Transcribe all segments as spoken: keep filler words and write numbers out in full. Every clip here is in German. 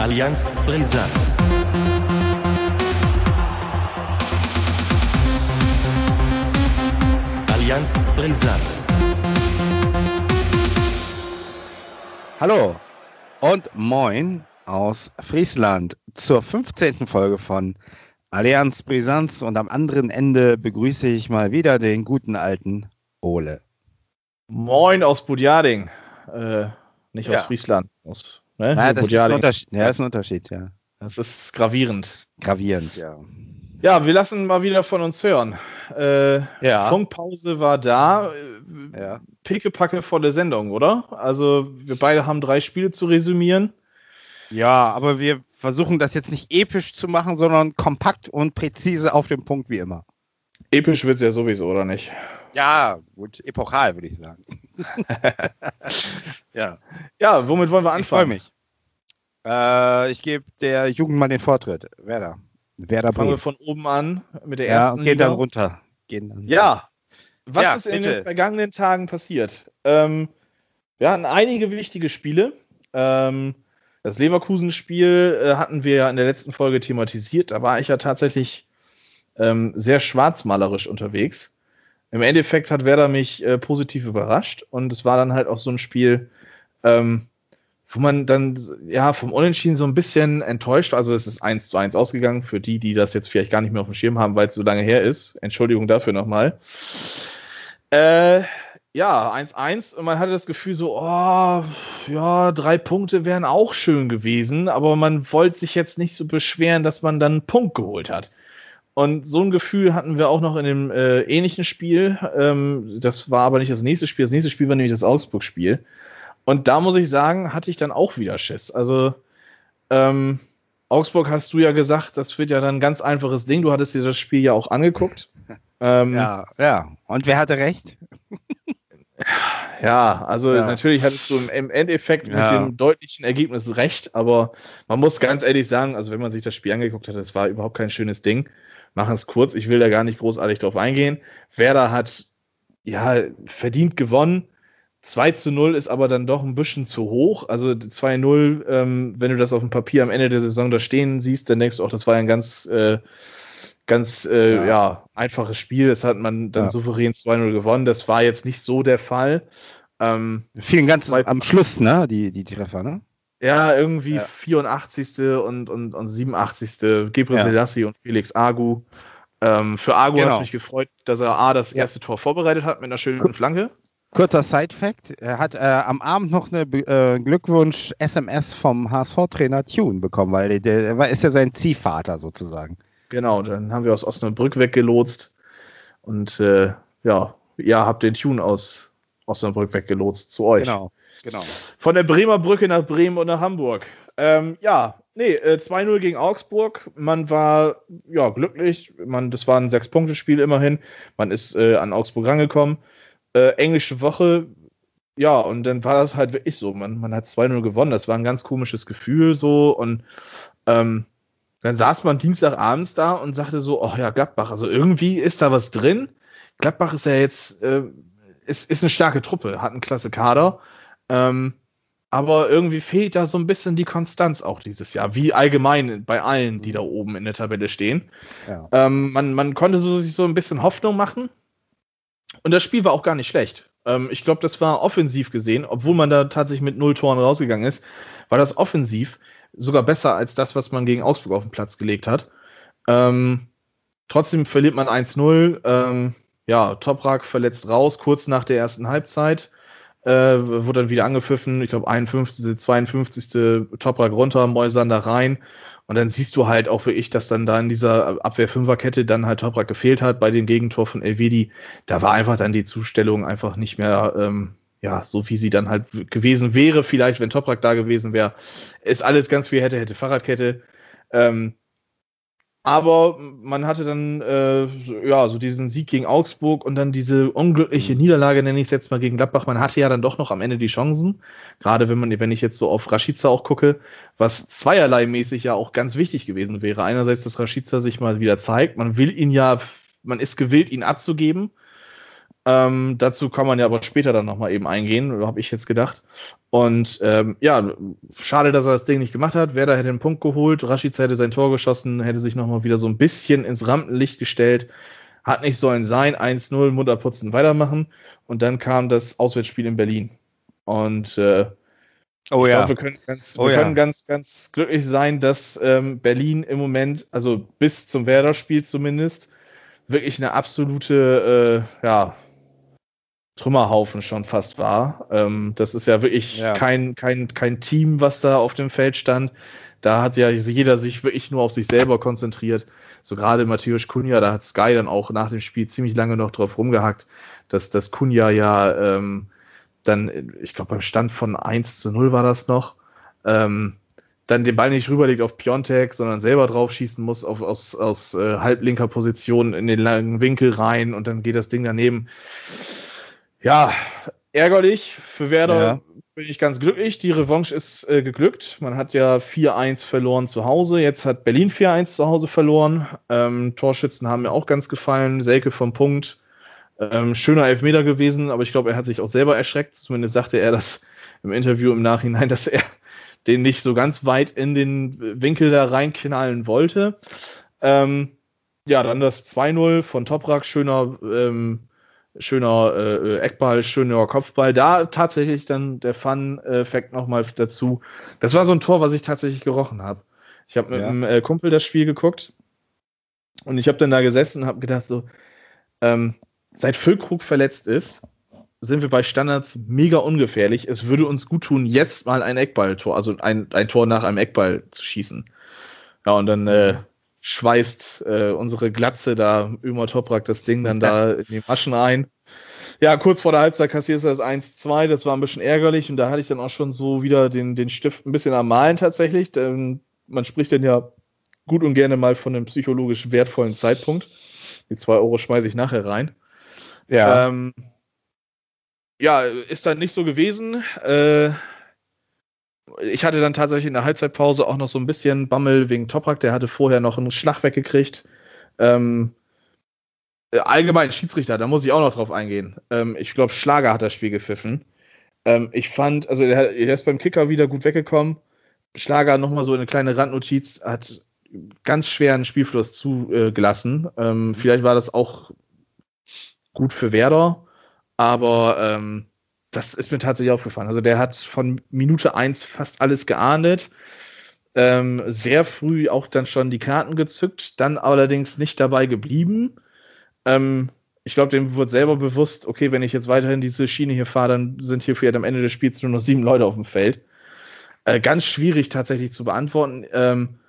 Allianz Brisant. Allianz Brisant. Hallo und moin aus Friesland zur fünfzehnten Folge von Allianz Brisant, und am anderen Ende begrüße ich mal wieder den guten alten Ole. Moin aus Budjading, äh, nicht Ja. aus Friesland. Aus, ne? Ja, das ist ein Budjading. Unterschied. Ja, ist ein Unterschied, ja. Das ist gravierend. Gravierend, ja. Ja, wir lassen mal wieder von uns hören. Äh, Ja. Funkpause war da. Äh, Ja. Pickepacke volle Sendung, oder? Also wir beide haben drei Spiele zu resümieren. Ja, aber wir versuchen das jetzt nicht episch zu machen, sondern kompakt und präzise auf den Punkt wie immer. Episch wird es ja sowieso, oder nicht? Ja, gut, epochal würde ich sagen. Ja. Ja, womit wollen wir Ich freue anfangen? mich. Äh, ich gebe der Jugend mal den Vortritt. Werder. Werder Fangen wir Bremen. von oben an mit der Ja, ersten und gehen Liga. dann runter. Gehen dann Ja, was Ja, ist in bitte. den vergangenen Tagen passiert? Ähm, wir hatten einige wichtige Spiele. Ähm, das Leverkusen-Spiel äh, hatten wir ja in der letzten Folge thematisiert. Da war ich ja tatsächlich ähm, sehr schwarzmalerisch unterwegs. Im Endeffekt hat Werder mich äh, positiv überrascht, und es war dann halt auch so ein Spiel, ähm, wo man dann ja vom Unentschieden so ein bisschen enttäuscht war. Also es ist eins zu eins ausgegangen für die, die das jetzt vielleicht gar nicht mehr auf dem Schirm haben, weil es so lange her ist. Entschuldigung dafür nochmal. Äh, ja, eins eins, und man hatte das Gefühl so, oh, ja, drei Punkte wären auch schön gewesen, aber man wollte sich jetzt nicht so beschweren, dass man dann einen Punkt geholt hat. Und so ein Gefühl hatten wir auch noch in dem äh, ähnlichen Spiel. Ähm, das war aber nicht das nächste Spiel. Das nächste Spiel war nämlich das Augsburg-Spiel. Und da muss ich sagen, hatte ich dann auch wieder Schiss. Also ähm, Augsburg, hast du ja gesagt, das wird ja dann ein ganz einfaches Ding. Du hattest dir das Spiel ja auch angeguckt. Ähm, Ja, ja. Und wer hatte recht? Ja, also Ja. natürlich hattest du im, im Endeffekt Ja. mit dem deutlichen Ergebnis recht, aber man muss ganz ehrlich sagen, also wenn man sich das Spiel angeguckt hat, das war überhaupt kein schönes Ding. Machen es kurz, ich will da gar nicht großartig drauf eingehen. Werder hat ja verdient gewonnen. zwei zu null ist aber dann doch ein bisschen zu hoch. Also zwei null, ähm, wenn du das auf dem Papier am Ende der Saison da stehen siehst, dann denkst du auch, das war ein ganz, äh, ganz äh, Ja. ja. einfaches Spiel. Das hat man dann Ja. souverän zwei null gewonnen. Das war jetzt nicht so der Fall. Ähm, Vielen ganz Weil- am Schluss, ne? Die, die Treffer, ne? ja, irgendwie Ja. vierundachtzigste und, und, und siebenundachtzigste Gebre Ja. Selassie und Felix Agu. Ähm, für Agu Genau. hat es mich gefreut, dass er A, das Ja. erste Tor vorbereitet hat mit einer schönen Flanke. Kurzer Side-Fact: Er hat äh, am Abend noch eine äh, Glückwunsch-S M S vom H S V-Trainer Tune bekommen, weil der, der war- ist ja sein Ziehvater sozusagen. Genau, dann haben wir aus Osnabrück weggelotst. Und äh, ja, ihr habt den Tune aus Osnabrück weggelotst zu euch. Genau, genau. Von der Bremer Brücke nach Bremen und nach Hamburg. Ähm, ja, nee, äh, zwei null gegen Augsburg. Man war ja glücklich. Man, das war ein Sechs-Punkte-Spiel immerhin. Man ist äh, an Augsburg rangekommen. Äh, englische Woche, ja, und dann war das halt wirklich so. Man, man hat zwei null gewonnen. Das war ein ganz komisches Gefühl so. Und ähm, dann saß man Dienstagabends da und sagte so, oh ja, Gladbach, also irgendwie ist da was drin. Gladbach ist ja jetzt, äh, ist, ist eine starke Truppe, hat einen klasse Kader. Ähm, aber irgendwie fehlt da so ein bisschen die Konstanz auch dieses Jahr, wie allgemein bei allen, die da oben in der Tabelle stehen. Ja. Ähm, man, man konnte so, sich so ein bisschen Hoffnung machen. Und das Spiel war auch gar nicht schlecht. Ähm, ich glaube, das war offensiv gesehen, obwohl man da tatsächlich mit null Toren rausgegangen ist, war das offensiv sogar besser als das, was man gegen Augsburg auf den Platz gelegt hat. Ähm, trotzdem verliert man eins null. Ähm, ja, Toprak verletzt raus, kurz nach der ersten Halbzeit. Äh, wurde dann wieder angepfiffen. Ich glaube, einundfünfzigste, zweiundfünfzigste Toprak runter, Moisander rein. Und dann siehst du halt auch wirklich, dass dann da in dieser Abwehr-Fünferkette dann halt Toprak gefehlt hat bei dem Gegentor von Elvedi. Da war einfach dann die Zustellung einfach nicht mehr, ähm, ja, so wie sie dann halt gewesen wäre. Vielleicht, wenn Toprak da gewesen wäre. Ist alles ganz viel hätte, hätte Fahrradkette. Ähm, aber man hatte dann äh, so, ja, so diesen Sieg gegen Augsburg und dann diese unglückliche Niederlage, nenne ich es jetzt mal, gegen Gladbach. Man hatte ja dann doch noch am Ende die Chancen. Gerade wenn man, wenn ich jetzt so auf Rashica auch gucke, was zweierlei mäßig ja auch ganz wichtig gewesen wäre. Einerseits, dass Rashica sich mal wieder zeigt. Man will ihn ja, man ist gewillt, ihn abzugeben. Ähm, dazu kann man ja aber später dann nochmal eben eingehen, habe ich jetzt gedacht. Und ähm, ja, schade, dass er das Ding nicht gemacht hat. Werder hätte einen Punkt geholt, Rashica hätte sein Tor geschossen, hätte sich nochmal wieder so ein bisschen ins Rampenlicht gestellt. Hat nicht sollen sein, eins null, Mund abputzen, weitermachen. Und dann kam das Auswärtsspiel in Berlin. Und äh, Oh ich ja. glaube, wir können ganz, Oh wir ja. können ganz, ganz glücklich sein, dass ähm, Berlin im Moment, also bis zum Werder-Spiel zumindest, wirklich eine absolute, äh, ja, Trümmerhaufen schon fast war. Ähm, das ist ja wirklich Ja. kein, kein, kein Team, was da auf dem Feld stand. Da hat ja jeder sich wirklich nur auf sich selber konzentriert. So gerade Matthäus Cunha, da hat Sky dann auch nach dem Spiel ziemlich lange noch drauf rumgehackt, dass das Cunha ja ähm, dann, ich glaube beim Stand von eins zu null war das noch, ähm, dann den Ball nicht rüberlegt auf Piontek, sondern selber drauf schießen muss auf, aus, aus äh, halblinker Position in den langen Winkel rein und dann geht das Ding daneben. Ja, ärgerlich. Für Werder Ja. bin ich ganz glücklich. Die Revanche ist äh, geglückt. Man hat ja vier eins verloren zu Hause. Jetzt hat Berlin vier eins zu Hause verloren. Ähm, Torschützen haben mir auch ganz gefallen. Selke vom Punkt. Ähm, schöner Elfmeter gewesen, aber ich glaube, er hat sich auch selber erschreckt. Zumindest sagte er das im Interview im Nachhinein, dass er den nicht so ganz weit in den Winkel da reinknallen wollte. Ähm, ja, dann das zwei null von Toprak. Schöner ähm, Schöner äh, Eckball, schöner Kopfball. Da tatsächlich dann der Fun-Fact nochmal dazu. Das war so ein Tor, was ich tatsächlich gerochen habe. Ich habe mit Ja. einem äh, Kumpel das Spiel geguckt und ich habe dann da gesessen und habe gedacht so, ähm, seit Füllkrug verletzt ist, sind wir bei Standards mega ungefährlich. Es würde uns gut tun, jetzt mal ein Eckballtor, also ein, ein Tor nach einem Eckball zu schießen. Ja, und dann äh, schweißt äh, unsere Glatze da, Ömer Toprak, das Ding dann da in die Maschen ein. Ja, kurz vor der Halbzeit kassierst du das eins zwei, das war ein bisschen ärgerlich und da hatte ich dann auch schon so wieder den, den Stift ein bisschen am Malen tatsächlich. Denn man spricht dann ja gut und gerne mal von einem psychologisch wertvollen Zeitpunkt. Die zwei Euro schmeiße ich nachher rein. Ja. Ähm, ja, ist dann nicht so gewesen. Äh, ich hatte dann tatsächlich in der Halbzeitpause auch noch so ein bisschen Bammel wegen Toprak. Der hatte vorher noch einen Schlag weggekriegt. Ähm, allgemein Schiedsrichter, da muss ich auch noch drauf eingehen. Ähm, ich glaube, Schlager hat das Spiel gepfiffen. Ähm, ich fand, also der, der ist beim Kicker wieder gut weggekommen. Schlager nochmal so eine kleine Randnotiz, hat ganz schweren Spielfluss zugelassen. Ähm, vielleicht war das auch gut für Werder, aber ähm, das ist mir tatsächlich aufgefallen. Also der hat von Minute eins fast alles geahndet. Ähm, sehr früh auch dann schon die Karten gezückt, dann allerdings nicht dabei geblieben. Ähm, ich glaube, dem wird selber bewusst, okay, wenn ich jetzt weiterhin diese Schiene hier fahre, dann sind hier vielleicht am Ende des Spiels nur noch sieben Leute auf dem Feld. Äh, ganz schwierig tatsächlich zu beantworten. Ähm,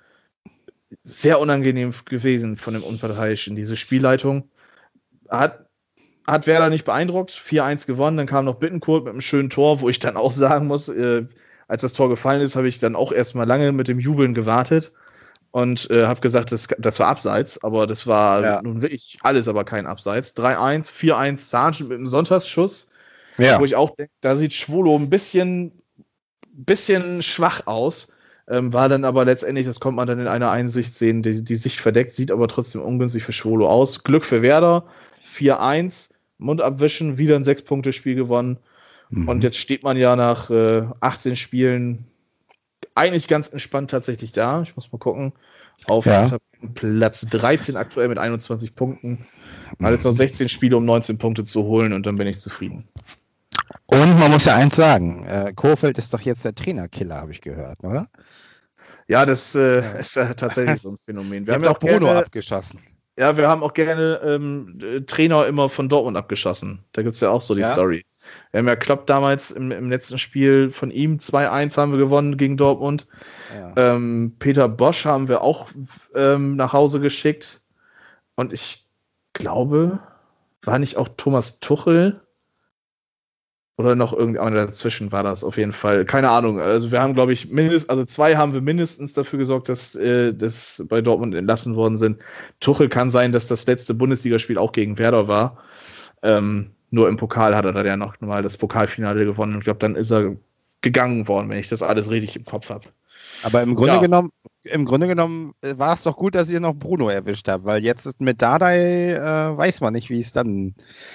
sehr unangenehm gewesen von dem Unparteiischen, diese Spielleitung. Hat Hat Werder nicht beeindruckt, vier eins gewonnen, dann kam noch Bittencourt mit einem schönen Tor, wo ich dann auch sagen muss, äh, als das Tor gefallen ist, habe ich dann auch erstmal lange mit dem Jubeln gewartet und äh, habe gesagt, das, das war Abseits, aber das war Ja. nun wirklich alles aber kein Abseits. drei eins, vier eins, Sargent mit einem Sonntagsschuss, Ja. wo ich auch denke, da sieht Schwolo ein bisschen, bisschen schwach aus, ähm, war dann aber letztendlich, das kommt man dann in einer Einsicht sehen, die, die Sicht verdeckt, sieht aber trotzdem ungünstig für Schwolo aus. Glück für Werder, vier eins, Mund abwischen, wieder ein Sechs-Punkte-Spiel gewonnen. Mhm. Und jetzt steht man ja nach äh, achtzehn Spielen eigentlich ganz entspannt tatsächlich da. Ich muss mal gucken. Auf Ja. Platz dreizehn aktuell mit einundzwanzig Punkten. Man hat jetzt noch sechzehn Spiele, um neunzehn Punkte zu holen und dann bin ich zufrieden. Und man muss ja eins sagen, äh, Kohfeldt ist doch jetzt der Trainerkiller, habe ich gehört, oder? Ja, das äh, ist äh, tatsächlich so ein Phänomen. Wir Wir haben haben ja auch auch Bruno gerne, abgeschossen. ja, wir haben auch gerne ähm, äh, Trainer immer von Dortmund abgeschossen. Da gibt es ja auch so die Ja? Story. Wir haben ja Klopp damals im, im letzten Spiel von ihm zwei eins haben wir gewonnen gegen Dortmund. Ja. Ähm, Peter Bosch haben wir auch ähm, nach Hause geschickt. Und ich glaube, war nicht auch Thomas Tuchel? Oder noch irgendeiner dazwischen war das auf jeden Fall. Keine Ahnung. Also wir haben, glaube ich, mindestens, also zwei haben wir mindestens dafür gesorgt, dass äh, das bei Dortmund entlassen worden sind. Tuchel kann sein, dass das letzte Bundesligaspiel auch gegen Werder war. Ähm, nur im Pokal hat er dann ja noch mal das Pokalfinale gewonnen. Und ich glaube, dann ist er gegangen worden, wenn ich das alles richtig im Kopf habe. Aber im Grunde Ja. genommen, im Grunde genommen äh, war es doch gut, dass ihr noch Bruno erwischt habt, weil jetzt ist mit Dardai, äh, weiß man nicht, wie es dann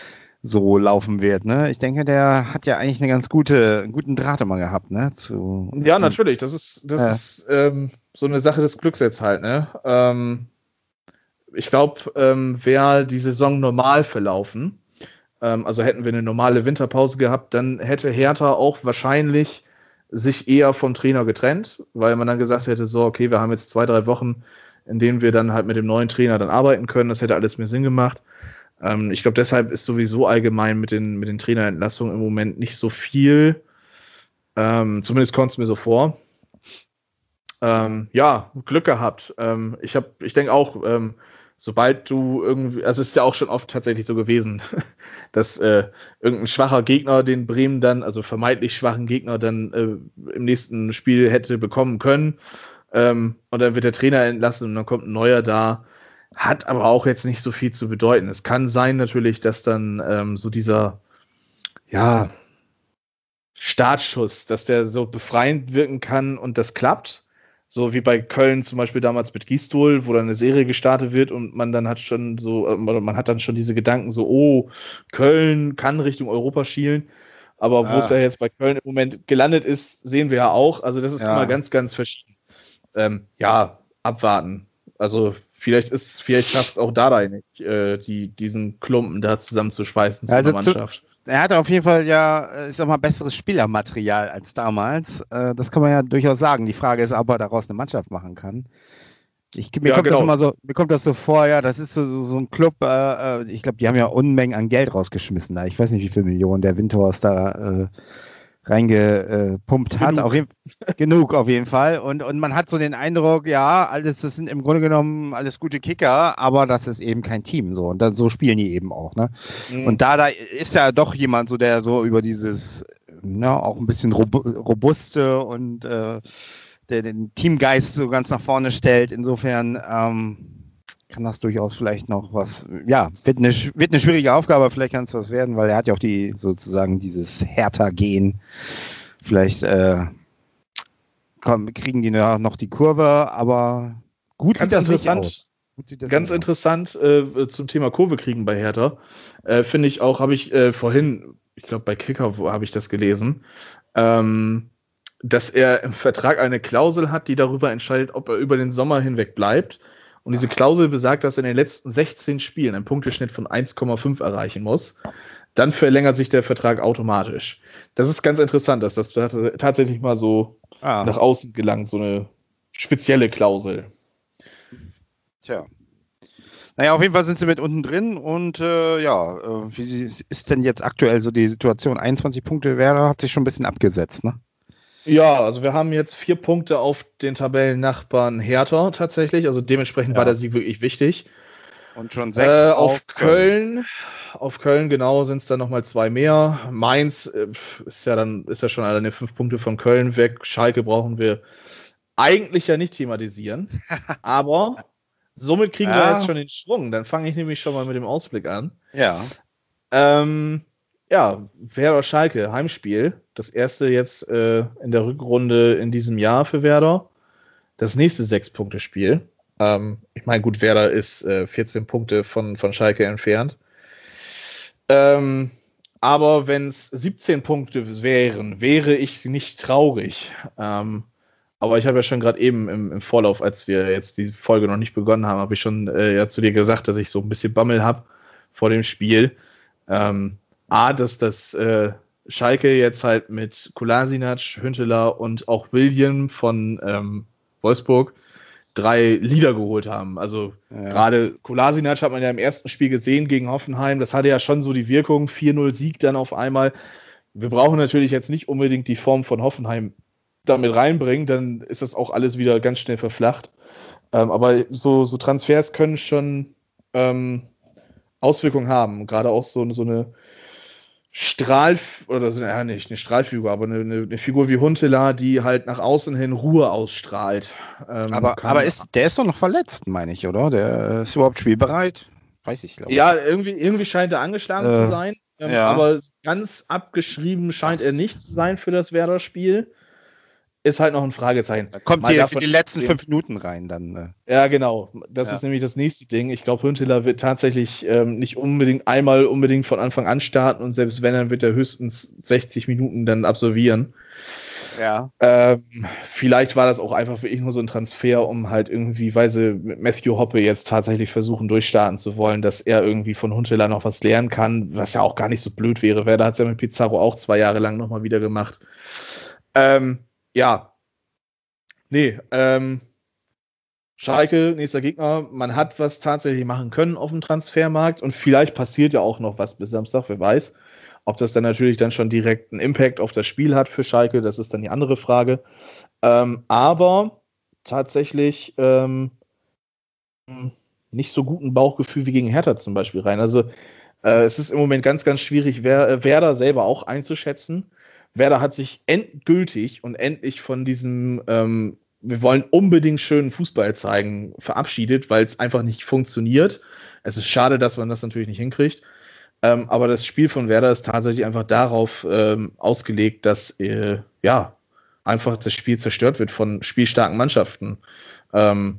so laufen wird. Ne? Ich denke, der hat ja eigentlich eine ganz gute, einen guten Draht immer gehabt. Ne? Zu, ja, natürlich. Das ist, das ja. ist ähm, so eine Sache des Glücks jetzt halt. Ne? Ähm, ich glaube, ähm, wäre die Saison normal verlaufen, ähm, also hätten wir eine normale Winterpause gehabt, dann hätte Hertha auch wahrscheinlich sich eher vom Trainer getrennt, weil man dann gesagt hätte, so, okay, wir haben jetzt zwei, drei Wochen, in denen wir dann halt mit dem neuen Trainer dann arbeiten können. Das hätte alles mehr Sinn gemacht. Ähm, ich glaube, deshalb ist sowieso allgemein mit den, mit den Trainerentlassungen im Moment nicht so viel. Ähm, zumindest kommt es mir so vor. Ähm, ja, Glück gehabt. Ähm, ich hab, ich denke auch, ähm, sobald du irgendwie, also es ist ja auch schon oft tatsächlich so gewesen, dass äh, irgendein schwacher Gegner den Bremen dann, also vermeintlich schwachen Gegner dann äh, im nächsten Spiel hätte bekommen können. Ähm, und dann wird der Trainer entlassen und dann kommt ein neuer da. Hat aber auch jetzt nicht so viel zu bedeuten. Es kann sein natürlich, dass dann ähm, so dieser, ja, Startschuss, dass der so befreiend wirken kann und das klappt. So wie bei Köln zum Beispiel damals mit Gistol, wo dann eine Serie gestartet wird und man dann hat schon so, man hat dann schon diese Gedanken so, oh, Köln kann Richtung Europa schielen. Aber ah. wo es ja jetzt bei Köln im Moment gelandet ist, sehen wir ja auch. Also das ist ja. immer ganz, ganz verschieden. Ähm, ja, abwarten. Also vielleicht ist, vielleicht schafft es auch Dardai nicht, äh, die, diesen Klumpen da zusammenzuschweißen zu also einer Mannschaft. Zu, er hatte auf jeden Fall ja, ich sag mal, besseres Spielermaterial als damals. Äh, das kann man ja durchaus sagen. Die Frage ist, ob er daraus eine Mannschaft machen kann. Ich, mir, ja, kommt genau. das immer so, mir kommt das so vor, ja, das ist so, so, so ein Club, äh, ich glaube, die haben ja Unmengen an Geld rausgeschmissen. Da. Ich weiß nicht, wie viele Millionen der Windhorst da äh, reingepumpt hat. Genug. Auf jeden, genug auf jeden Fall. Und, und man hat so den Eindruck, ja, alles, das sind im Grunde genommen alles gute Kicker, aber das ist eben kein Team. So. Und dann, so spielen die eben auch. Ne? Mhm. Und da, da ist ja doch jemand, so der so über dieses, ne, auch ein bisschen robuste und äh, der den Teamgeist so ganz nach vorne stellt. Insofern ähm, kann das durchaus vielleicht noch was, ja, wird eine, wird eine schwierige Aufgabe, vielleicht kann es was werden, weil er hat ja auch die, sozusagen dieses Hertha-Gen. Vielleicht äh, kommen, kriegen die noch die Kurve, aber gut ganz sieht das interessant aus. Gut sieht das ganz aus. interessant äh, zum Thema Kurve kriegen bei Hertha, äh, finde ich auch, habe ich äh, vorhin, ich glaube bei Kicker habe ich das gelesen, ähm, dass er im Vertrag eine Klausel hat, die darüber entscheidet, ob er über den Sommer hinweg bleibt. Und diese Klausel besagt, dass er in den letzten sechzehn Spielen einen Punkteschnitt von eins Komma fünf erreichen muss. Dann verlängert sich der Vertrag automatisch. Das ist ganz interessant, dass das tatsächlich mal so ah. nach außen gelangt, so eine spezielle Klausel. Tja. Naja, auf jeden Fall sind sie mit unten drin und äh, ja, äh, wie ist denn jetzt aktuell so die Situation? einundzwanzig Punkte, Werder hat sich schon ein bisschen abgesetzt, ne? Ja, also wir haben jetzt vier Punkte auf den Tabellennachbarn Hertha tatsächlich, also dementsprechend ja. war der Sieg wirklich wichtig. Und schon sechs äh, auf, auf Köln. Auf Köln, genau, sind es dann nochmal zwei mehr. Mainz äh, ist ja dann ist ja schon alleine fünf Punkte von Köln weg. Schalke brauchen wir eigentlich ja nicht thematisieren, aber somit kriegen ja. wir jetzt schon den Schwung. Dann fange ich nämlich schon mal mit dem Ausblick an. Ja. Ähm, Ja, Werder Schalke, Heimspiel. Das erste jetzt äh, in der Rückrunde in diesem Jahr für Werder. Das nächste Sechs-Punkte-Spiel. Ähm, ich meine, gut, Werder ist äh, vierzehn Punkte von, von Schalke entfernt. Ähm, aber wenn es siebzehn Punkte wären, wäre ich nicht traurig. Ähm, aber ich habe ja schon gerade eben im, im Vorlauf, als wir jetzt die Folge noch nicht begonnen haben, habe ich schon äh, ja, zu dir gesagt, dass ich so ein bisschen Bammel habe vor dem Spiel. Ähm, A, dass das äh, Schalke jetzt halt mit Kolasinac, Hünteler und auch William von ähm, Wolfsburg drei Lieder geholt haben. Also ja. gerade Kolasinac hat man ja im ersten Spiel gesehen gegen Hoffenheim. Das hatte ja schon so die Wirkung, vier null Sieg dann auf einmal. Wir brauchen natürlich jetzt nicht unbedingt die Form von Hoffenheim damit reinbringen, dann ist das auch alles wieder ganz schnell verflacht. Ähm, aber so, so Transfers können schon ähm, Auswirkungen haben. Gerade auch so, so eine Strahl, oder so, ja, nicht eine Strahlfigur, aber eine, eine Figur wie Huntelaar, die halt nach außen hin Ruhe ausstrahlt. Ähm, aber aber ist, der ist doch noch verletzt, meine ich, oder? Der ist überhaupt spielbereit? Weiß ich, glaube ich. Ja, irgendwie, irgendwie scheint er angeschlagen äh, zu sein, ähm, ja. aber ganz abgeschrieben scheint Was? er nicht zu sein für das Werder-Spiel. ist halt noch ein Fragezeichen. Da kommt Mal hier davon für die letzten abgesehen- fünf Minuten rein dann. Ne? Ja, genau. Das Ja. ist nämlich das nächste Ding. Ich glaube, Huntelaar wird tatsächlich ähm, nicht unbedingt einmal unbedingt von Anfang an starten und selbst wenn, dann wird er höchstens sechzig Minuten dann absolvieren. Ja. Ähm, vielleicht war das auch einfach wirklich nur so ein Transfer, um halt irgendwie, weil sie mit Matthew Hoppe jetzt tatsächlich versuchen, durchstarten zu wollen, dass er irgendwie von Huntelaar noch was lernen kann, was ja auch gar nicht so blöd wäre. Werder hat es ja mit Pizarro auch zwei Jahre lang nochmal wieder gemacht. Ähm, ja. Nee, ähm, Schalke, nächster Gegner. Man hat was tatsächlich machen können auf dem Transfermarkt und vielleicht passiert ja auch noch was bis Samstag, wer weiß. Ob das dann natürlich dann schon direkt einen Impact auf das Spiel hat für Schalke, das ist dann die andere Frage. Ähm, aber tatsächlich ähm, nicht so guten Bauchgefühl wie gegen Hertha zum Beispiel rein. Also äh, es ist im Moment ganz, ganz schwierig, Wer- Werder selber auch einzuschätzen. Werder hat sich endgültig und endlich von diesem ähm, wir wollen unbedingt schönen Fußball zeigen verabschiedet, weil es einfach nicht funktioniert. Es ist schade, dass man das natürlich nicht hinkriegt. Ähm, aber das Spiel von Werder ist tatsächlich einfach darauf ähm, ausgelegt, dass äh, ja einfach das Spiel zerstört wird von spielstarken Mannschaften. Ähm,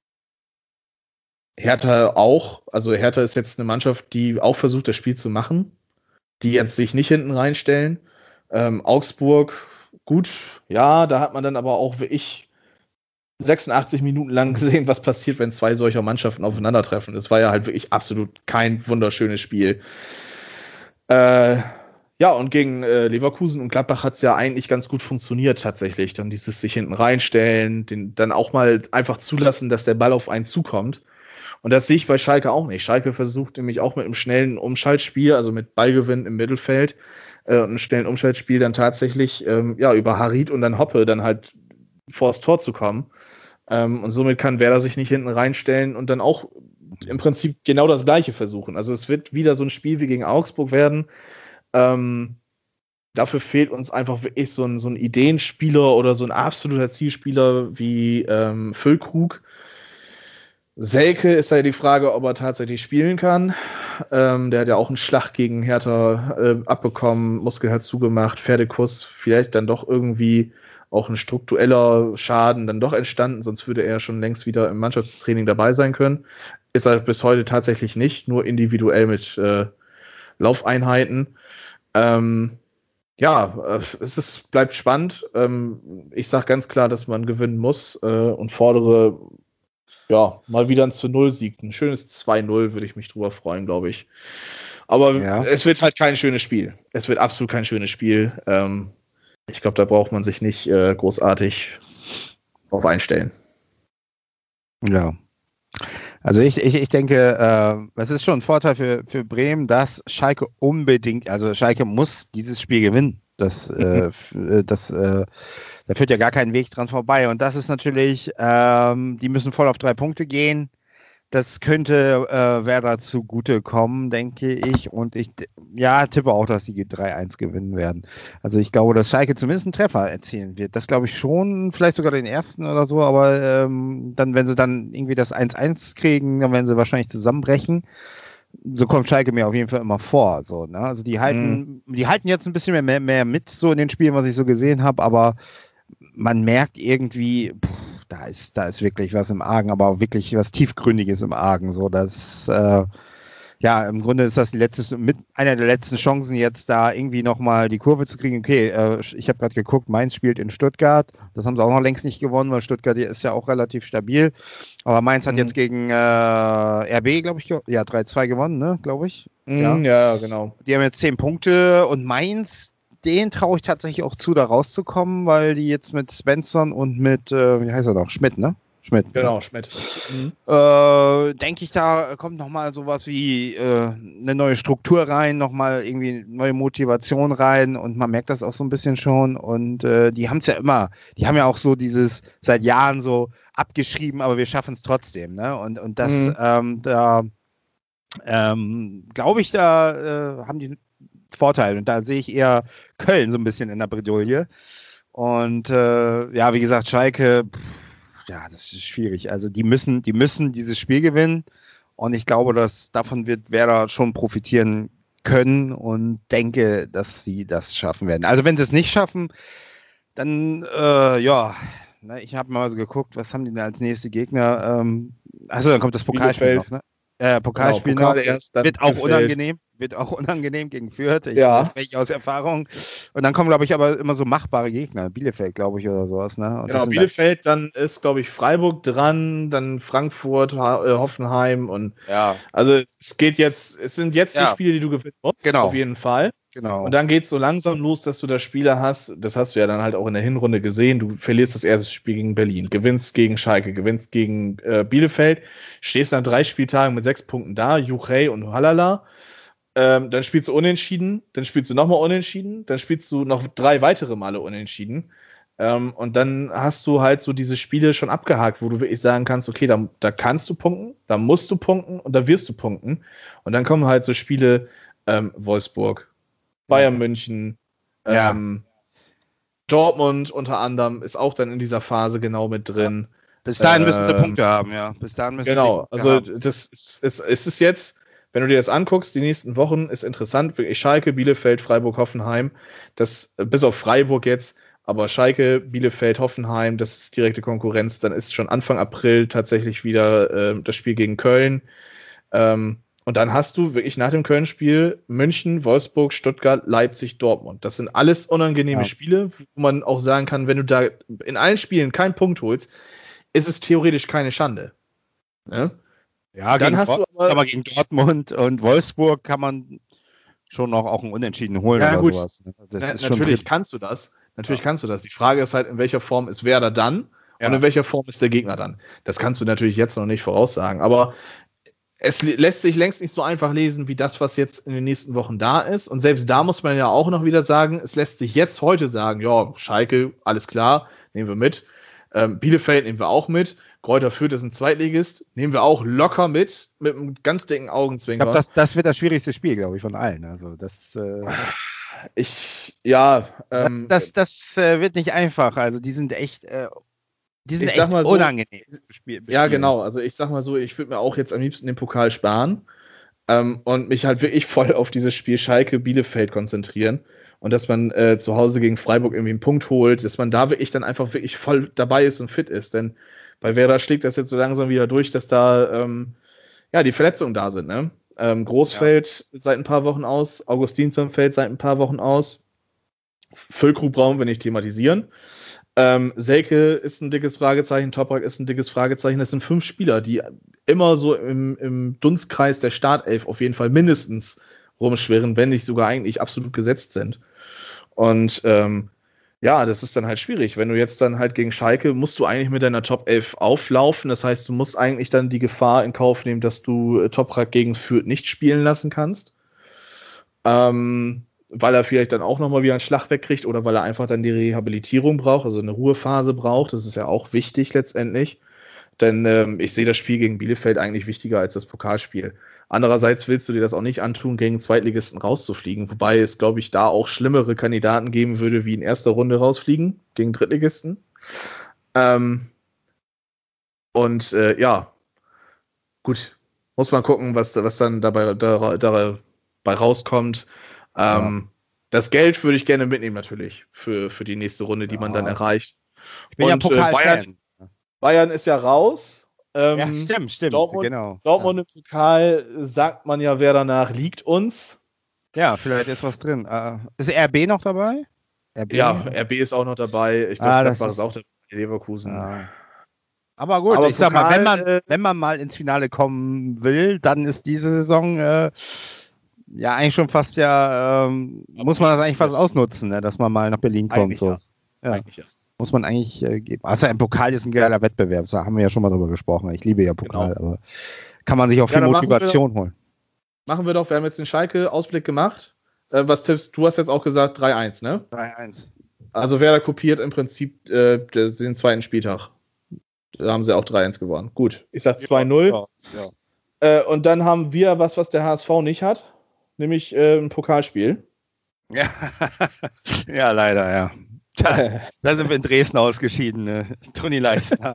Hertha auch, also Hertha ist jetzt eine Mannschaft, die auch versucht, das Spiel zu machen, die jetzt sich nicht hinten reinstellen. Ähm, Augsburg, gut, ja, da hat man dann aber auch wie ich sechsundachtzig Minuten lang gesehen, was passiert, wenn zwei solcher Mannschaften aufeinandertreffen. Das war ja halt wirklich absolut kein wunderschönes Spiel. Äh, ja, und gegen äh, Leverkusen und Gladbach hat es ja eigentlich ganz gut funktioniert tatsächlich. Dann dieses sich hinten reinstellen, den, dann auch mal einfach zulassen, dass der Ball auf einen zukommt. Und das sehe ich bei Schalke auch nicht. Schalke versucht nämlich auch mit einem schnellen Umschaltspiel, also mit Ballgewinn im Mittelfeld äh, und einem schnellen Umschaltspiel dann tatsächlich ähm, ja, über Harit und dann Hoppe dann halt vors Tor zu kommen. Ähm, und somit kann Werder sich nicht hinten reinstellen und dann auch im Prinzip genau das Gleiche versuchen. Also es wird wieder so ein Spiel wie gegen Augsburg werden. Ähm, dafür fehlt uns einfach wirklich so ein, so ein Ideenspieler oder so ein absoluter Zielspieler wie ähm, Füllkrug. Selke ist ja die Frage, ob er tatsächlich spielen kann. Ähm, der hat ja auch einen Schlag gegen Hertha äh, abbekommen, Muskel hat zugemacht, Pferdekuss, vielleicht dann doch irgendwie auch ein struktureller Schaden dann doch entstanden, sonst würde er schon längst wieder im Mannschaftstraining dabei sein können. Ist er bis heute tatsächlich nicht, nur individuell mit äh, Laufeinheiten. Ähm, ja, es ist, bleibt spannend. Ähm, ich sage ganz klar, dass man gewinnen muss äh, und fordere ja, mal wieder ein zu null Sieg. Ein schönes zwei null würde ich mich drüber freuen, glaube ich. Aber Ja. es wird halt kein schönes Spiel. Es wird absolut kein schönes Spiel. Ähm, ich glaube, da braucht man sich nicht äh, großartig drauf einstellen. Ja. Also ich, ich, ich denke, äh, es ist schon ein Vorteil für, für Bremen, dass Schalke unbedingt, also Schalke muss dieses Spiel gewinnen. Das, äh, das, äh, da führt ja gar kein Weg dran vorbei. Und das ist natürlich, ähm, die müssen voll auf drei Punkte gehen. Das könnte äh, Werder zugute kommen, denke ich. Und ich ja, tippe auch, dass die drei eins gewinnen werden. Also ich glaube, dass Schalke zumindest einen Treffer erzielen wird. Das glaube ich schon, vielleicht sogar den ersten oder so. Aber ähm, dann, wenn sie dann irgendwie das eins eins kriegen, dann werden sie wahrscheinlich zusammenbrechen. So kommt Schalke mir auf jeden Fall immer vor. So, ne? Also die halten, mhm. die halten jetzt ein bisschen mehr, mehr mit so in den Spielen, was ich so gesehen habe. Aber man merkt irgendwie, pff, da ist, da ist wirklich was im Argen, aber auch wirklich was Tiefgründiges im Argen. So, dass, äh, ja, im Grunde ist das die letzte, mit einer der letzten Chancen jetzt da irgendwie nochmal die Kurve zu kriegen. Okay, äh, ich habe gerade geguckt, Mainz spielt in Stuttgart. Das haben sie auch noch längst nicht gewonnen, weil Stuttgart ist ja auch relativ stabil. Aber Mainz hat mhm. jetzt gegen äh, R B, glaube ich, ja, drei zwei gewonnen, ne, glaube ich. Mhm, ja. ja, genau. Die haben jetzt zehn Punkte und Mainz, den traue ich tatsächlich auch zu, da rauszukommen, weil die jetzt mit Svensson und mit, äh, wie heißt er noch, Schmidt, ne? Schmidt. Genau, ne? Schmidt. Mhm. Äh, denke ich, da kommt nochmal sowas wie äh, eine neue Struktur rein, nochmal irgendwie neue Motivation rein und man merkt das auch so ein bisschen schon und äh, die haben es ja immer, die haben ja auch so dieses seit Jahren so abgeschrieben, aber wir schaffen es trotzdem, ne? Und, und das, mhm. ähm, da ähm, glaube ich, da äh, haben die Vorteil. Und da sehe ich eher Köln so ein bisschen in der Bredouille. Und äh, ja, wie gesagt, Schalke, pff, ja, das ist schwierig. Also die müssen, die müssen dieses Spiel gewinnen. Und ich glaube, dass davon wird Werder schon profitieren können und denke, dass sie das schaffen werden. Also wenn sie es nicht schaffen, Dann, äh, ja, na, ich habe mal so geguckt, was haben die denn als nächste Gegner? Ähm, achso, dann kommt das Pokalspiel Bielefeld. noch, ne? Äh, Pokalspiel Genau, Pokal noch. erst, dann wird auch Bielefeld. unangenehm. Wird auch unangenehm gegen Fürth. Ich Ja. spreche aus Erfahrung. Und dann kommen, glaube ich, aber immer so machbare Gegner. Bielefeld, glaube ich, oder sowas, ne? Und Genau, das sind Bielefeld, dann ist, glaube ich, Freiburg dran, dann Frankfurt, ha äh, Hoffenheim und dann, ja, also es geht jetzt, es sind jetzt Ja. die Spiele, die du gewinnen musst, Genau. auf jeden Fall. genau. Und dann geht es so langsam los, dass du da Spiele hast, das hast du ja dann halt auch in der Hinrunde gesehen, du verlierst das erste Spiel gegen Berlin, gewinnst gegen Schalke, gewinnst gegen äh, Bielefeld, stehst nach drei Spieltagen mit sechs Punkten da, Juchey und Halala, ähm, dann spielst du unentschieden, dann spielst du nochmal unentschieden, dann spielst du noch drei weitere Male unentschieden ähm, und dann hast du halt so diese Spiele schon abgehakt, wo du wirklich sagen kannst, okay, da, da kannst du punkten, da musst du punkten und da wirst du punkten und dann kommen halt so Spiele ähm, Wolfsburg, Bayern München, Ja. ähm, Dortmund unter anderem ist auch dann in dieser Phase genau mit drin. Bis dahin müssen sie ähm, Punkte haben, ja. Bis dahin müssen sie Genau, Punkte also haben. das ist, ist, ist es jetzt, wenn du dir das anguckst, die nächsten Wochen ist interessant, wirklich Schalke, Bielefeld, Freiburg, Hoffenheim, das äh, bis auf Freiburg jetzt, aber Schalke, Bielefeld, Hoffenheim, das ist direkte Konkurrenz, dann ist schon Anfang April tatsächlich wieder äh, das Spiel gegen Köln. Ähm, Und dann hast du wirklich nach dem Köln-Spiel München, Wolfsburg, Stuttgart, Leipzig, Dortmund. Das sind alles unangenehme Ja. Spiele, wo man auch sagen kann, wenn du da in allen Spielen keinen Punkt holst, ist es theoretisch keine Schande. Ne? Ja, Dann gegen, hast du Dort- aber- aber gegen Dortmund und Wolfsburg kann man schon noch auch einen Unentschieden holen Ja, oder gut. sowas. ne? Das Na, ist schon natürlich drin. kannst du das. Natürlich Ja. kannst du das. Die Frage ist halt, in welcher Form ist Werder dann Ja. und in welcher Form ist der Gegner dann. Das kannst du natürlich jetzt noch nicht voraussagen. Aber es li- lässt sich längst nicht so einfach lesen, wie das, was jetzt in den nächsten Wochen da ist. Und selbst da muss man ja auch noch wieder sagen, es lässt sich jetzt heute sagen, ja, Schalke, alles klar, nehmen wir mit. Ähm, Bielefeld nehmen wir auch mit. Greuther Fürth ist ein Zweitligist, nehmen wir auch locker mit, mit einem ganz dicken Ich Augenzwinker. glaube, das, das wird das schwierigste Spiel, glaube ich, von allen. Also das, äh, ich, ja, das, ähm, das, das äh, wird nicht einfach. Also die sind echt, äh, die sind Ich sag echt mal so, unangenehm. zu spiel- ja, bespielen. genau. Also ich sag mal so, ich würde mir auch jetzt am liebsten den Pokal sparen ähm, und mich halt wirklich voll auf dieses Spiel Schalke-Bielefeld konzentrieren und dass man äh, zu Hause gegen Freiburg irgendwie einen Punkt holt, dass man da wirklich dann einfach wirklich voll dabei ist und fit ist. Denn bei Werder schlägt das jetzt so langsam wieder durch, dass da ähm, ja die Verletzungen da sind. Ne? Ähm, Großfeld seit ein paar Wochen aus, Augustinsson fällt seit ein paar Wochen aus. Füllkrug brauchen wir nicht thematisieren. Ähm, Selke ist ein dickes Fragezeichen, Toprak ist ein dickes Fragezeichen. Das sind fünf Spieler, die immer so im, im Dunstkreis der Startelf auf jeden Fall mindestens rumschwirren, wenn nicht sogar eigentlich absolut gesetzt sind. Und ähm, ja, das ist dann halt schwierig. Wenn du jetzt dann halt gegen Schalke, musst du eigentlich mit deiner Top elf auflaufen. Das heißt, du musst eigentlich dann die Gefahr in Kauf nehmen, dass du äh, Toprak gegen Fürth nicht spielen lassen kannst. Ähm, weil er vielleicht dann auch nochmal wieder einen Schlag wegkriegt oder weil er einfach dann die Rehabilitierung braucht, also eine Ruhephase braucht. Das ist ja auch wichtig letztendlich. Denn ähm, ich sehe das Spiel gegen Bielefeld eigentlich wichtiger als das Pokalspiel. Andererseits willst du dir das auch nicht antun, gegen Zweitligisten rauszufliegen. Wobei es, glaube ich, da auch schlimmere Kandidaten geben würde, wie in erster Runde rausfliegen gegen Drittligisten. Ähm, und äh, ja, gut, muss man gucken, was, was dann dabei, da, dabei rauskommt. Ähm, ja. Das Geld würde ich gerne mitnehmen natürlich für, für die nächste Runde, die ja. man dann erreicht. Ich bin und, ja Pokal- äh, Bayern, Bayern ist ja raus. Ähm, ja, stimmt, stimmt, Dortmund, genau. Dortmund ja. im Pokal sagt man ja, wer danach liegt uns. Ja, vielleicht ist was drin. Uh, ist R B noch dabei? R B? Ja, R B ist auch noch dabei. Ich glaube, ah, das war ist... das auch der Leverkusen. Ja. Aber gut, Aber ich Pokal, sag mal, wenn man, äh, wenn man mal ins Finale kommen will, dann ist diese Saison äh, ja eigentlich schon fast ja, ähm, muss man das eigentlich fast ausnutzen, ne, dass man mal nach Berlin kommt. Eigentlich so. ja. Ja. Eigentlich ja. Muss man eigentlich äh, geben. Also ein Pokal ist ein geiler Wettbewerb, da haben wir ja schon mal drüber gesprochen. Ich liebe ja Pokal, genau. aber kann man sich auch viel ja, Motivation doch, holen. Machen wir doch, wir haben jetzt den Schalke-Ausblick gemacht. Äh, was tippst du? Hast jetzt auch gesagt drei eins, ne? drei eins. Also Werder kopiert im Prinzip äh, den zweiten Spieltag. Da haben sie auch drei eins gewonnen. Gut, ich sag zwei null. Ja, ja. Äh, und dann haben wir was, was der H S V nicht hat, nämlich äh, ein Pokalspiel. Ja, ja leider, ja. Da, da sind wir in Dresden ausgeschieden, ne? Toni Leistner.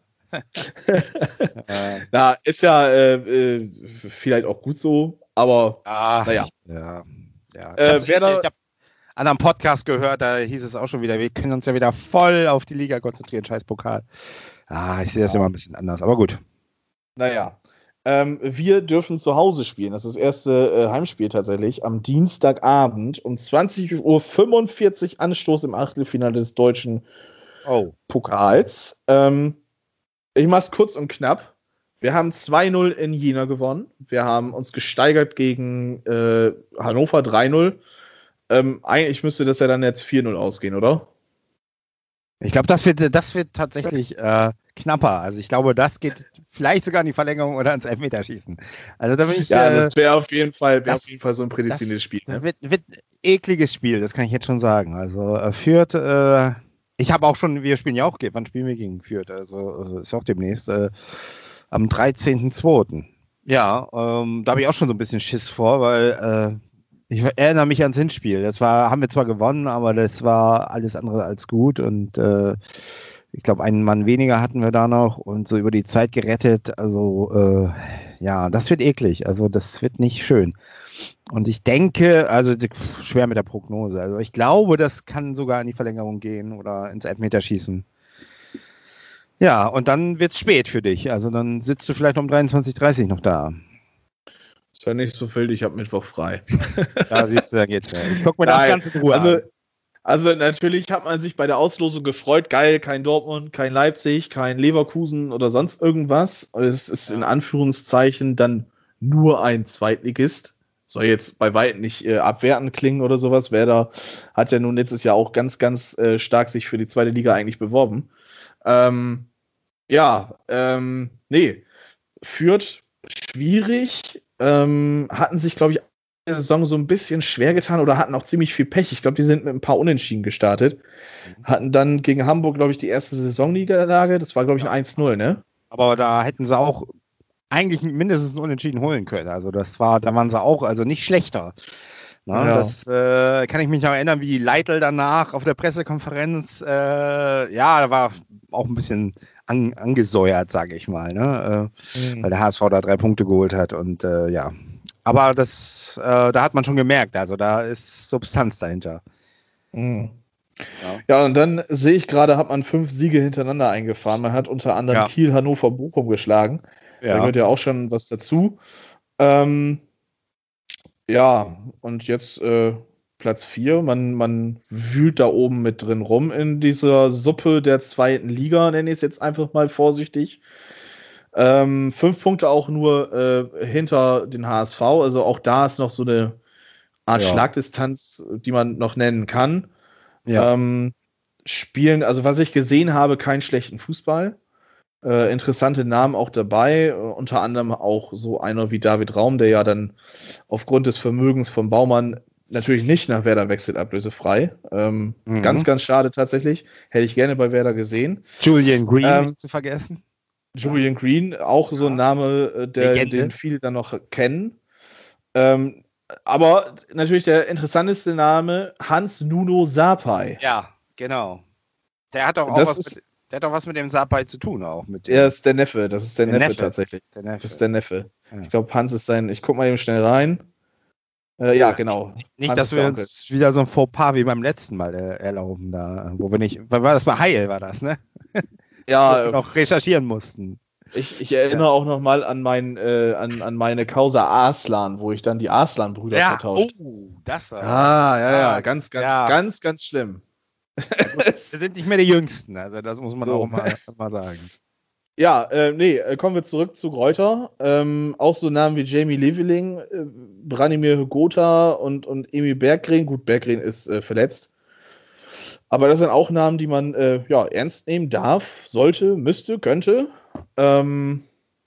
Na, ist ja äh, äh, vielleicht auch gut so, aber ah, naja. Ja, ja. Äh, ich Werder, ich hab, anderen Podcast gehört, da hieß es auch schon wieder, wir können uns ja wieder voll auf die Liga konzentrieren, scheiß Pokal. Ah, ich sehe das ja. immer ein bisschen anders, aber gut. Naja, ähm, wir dürfen zu Hause spielen. Das ist das erste äh, Heimspiel tatsächlich. Am Dienstagabend um zwanzig Uhr fünfundvierzig Anstoß im Achtelfinale des deutschen oh. Pokals. Ähm, ich mach's kurz und knapp. Wir haben zwei null in Jena gewonnen. Wir haben uns gesteigert gegen äh, Hannover drei null. Ähm, eigentlich müsste das ja dann jetzt vier null ausgehen, oder? Ich glaube, das wird, das wird tatsächlich äh, knapper. Also ich glaube, das geht vielleicht sogar in die Verlängerung oder ins Elfmeterschießen. Also da bin ich. Ja, äh, das wäre auf jeden Fall, wäre auf jeden Fall so ein prädestiniertes Spiel. Ne? Wird, wird ein ekliges Spiel, das kann ich jetzt schon sagen. Also äh, Fürth, äh, ich habe auch schon, wir spielen ja auch, wann spielen wir gegen Fürth? Also äh, ist auch demnächst äh, am dreizehnten zweiten Ja, ähm, da habe ich auch schon so ein bisschen Schiss vor, weil äh, ich erinnere mich ans Hinspiel. Das war, haben wir zwar gewonnen, aber das war alles andere als gut und äh, ich glaube, einen Mann weniger hatten wir da noch und so über die Zeit gerettet. Also äh, ja, das wird eklig. Also das wird nicht schön. Und ich denke, also schwer mit der Prognose. Also ich glaube, das kann sogar in die Verlängerung gehen oder ins Elfmeterschießen. Ja, und dann wird es spät für dich. Also dann sitzt du vielleicht um dreiundzwanzig Uhr dreißig noch da. Ist ja nicht so wild, ich habe Mittwoch frei. Da siehst du, da geht's ja. Ich guck mir das Ganze in Ruhe also, an. Also natürlich hat man sich bei der Auslosung gefreut, geil, kein Dortmund, kein Leipzig, kein Leverkusen oder sonst irgendwas. Es ist in Anführungszeichen dann nur ein Zweitligist. Soll jetzt bei weitem nicht äh, abwertend klingen oder sowas. Werder hat ja nun letztes Jahr auch ganz, ganz äh, stark sich für die zweite Liga eigentlich beworben. Ähm, ja, ähm, nee, Fürth schwierig, ähm, hatten sich, glaube ich, der Saison so ein bisschen schwer getan oder hatten auch ziemlich viel Pech. Ich glaube, die sind mit ein paar Unentschieden gestartet. Hatten dann gegen Hamburg, glaube ich, die erste Saisonniederlage. Das war, glaube ich, ein eins null, ne? Aber da hätten sie auch eigentlich mindestens ein Unentschieden holen können. Also das war, da waren sie auch, also nicht schlechter. Na, ja. Das äh, kann ich mich noch erinnern, wie Leitl danach auf der Pressekonferenz, äh, ja, da war auch ein bisschen an, angesäuert, sage ich mal, ne? Äh, mhm. Weil der H S V da drei Punkte geholt hat und äh, ja. Aber das, äh, da hat man schon gemerkt, also da ist Substanz dahinter. Mhm. Ja. ja, und dann sehe ich gerade, hat man fünf Siege hintereinander eingefahren. Man hat unter anderem ja. Kiel, Hannover, Bochum geschlagen. Ja. Da gehört ja auch schon was dazu. Ähm, ja, und jetzt äh, Platz vier. Man, man wühlt da oben mit drin rum in dieser Suppe der zweiten Liga, nenne ich es jetzt einfach mal vorsichtig. Ähm, fünf Punkte auch nur äh, hinter den H S V, also auch da ist noch so eine Art ja. Schlagdistanz, die man noch nennen kann. Ja. Ähm, spielen, also was ich gesehen habe, keinen schlechten Fußball. Äh, interessante Namen auch dabei, äh, unter anderem auch so einer wie David Raum, der ja dann aufgrund des Vermögens von Baumann natürlich nicht nach Werder wechselt, ablösefrei. Ähm, mhm. Ganz, ganz schade tatsächlich. Hätte ich gerne bei Werder gesehen. Julian Green ähm, nicht zu vergessen. Julian Green, auch so ein Name, der, Legende. Den viele dann noch kennen. Ähm, aber natürlich der interessanteste Name, Hans-Nuno Sapai. Ja, genau. Der hat doch auch was mit, der hat doch was mit dem Sapai zu tun auch. Mit dem er ist der Neffe, das ist der, der Neffe, Neffe tatsächlich. Der Neffe. Das ist der Neffe. Ja. Ich glaube, Hans ist sein, ich guck mal eben schnell rein. Äh, ja, genau. Nicht, Hans dass wir uns wieder so ein Fauxpas wie beim letzten Mal äh, erlauben, da, wo wir nicht, war das bei Heil, war das, ne? Ja, wo wir noch recherchieren mussten. Ich, ich erinnere ja. auch noch mal an, mein, äh, an, an meine Causa Arslan, wo ich dann die Arslan-Brüder ja. vertauscht. Oh, das war. Ah, ja, ja, ganz, ganz, ja. ganz, ganz schlimm. Wir sind nicht mehr die Jüngsten, also das muss man so. auch mal, mal sagen. Ja, äh, nee, kommen wir zurück zu Greuther. Ähm, auch so Namen wie Jamie Leveling, äh, Branimir Gotha und, und Emil Berggren. Gut, Berggren ist äh, verletzt. Aber das sind auch Namen, die man äh, ja, ernst nehmen darf, sollte, müsste, könnte. Ähm,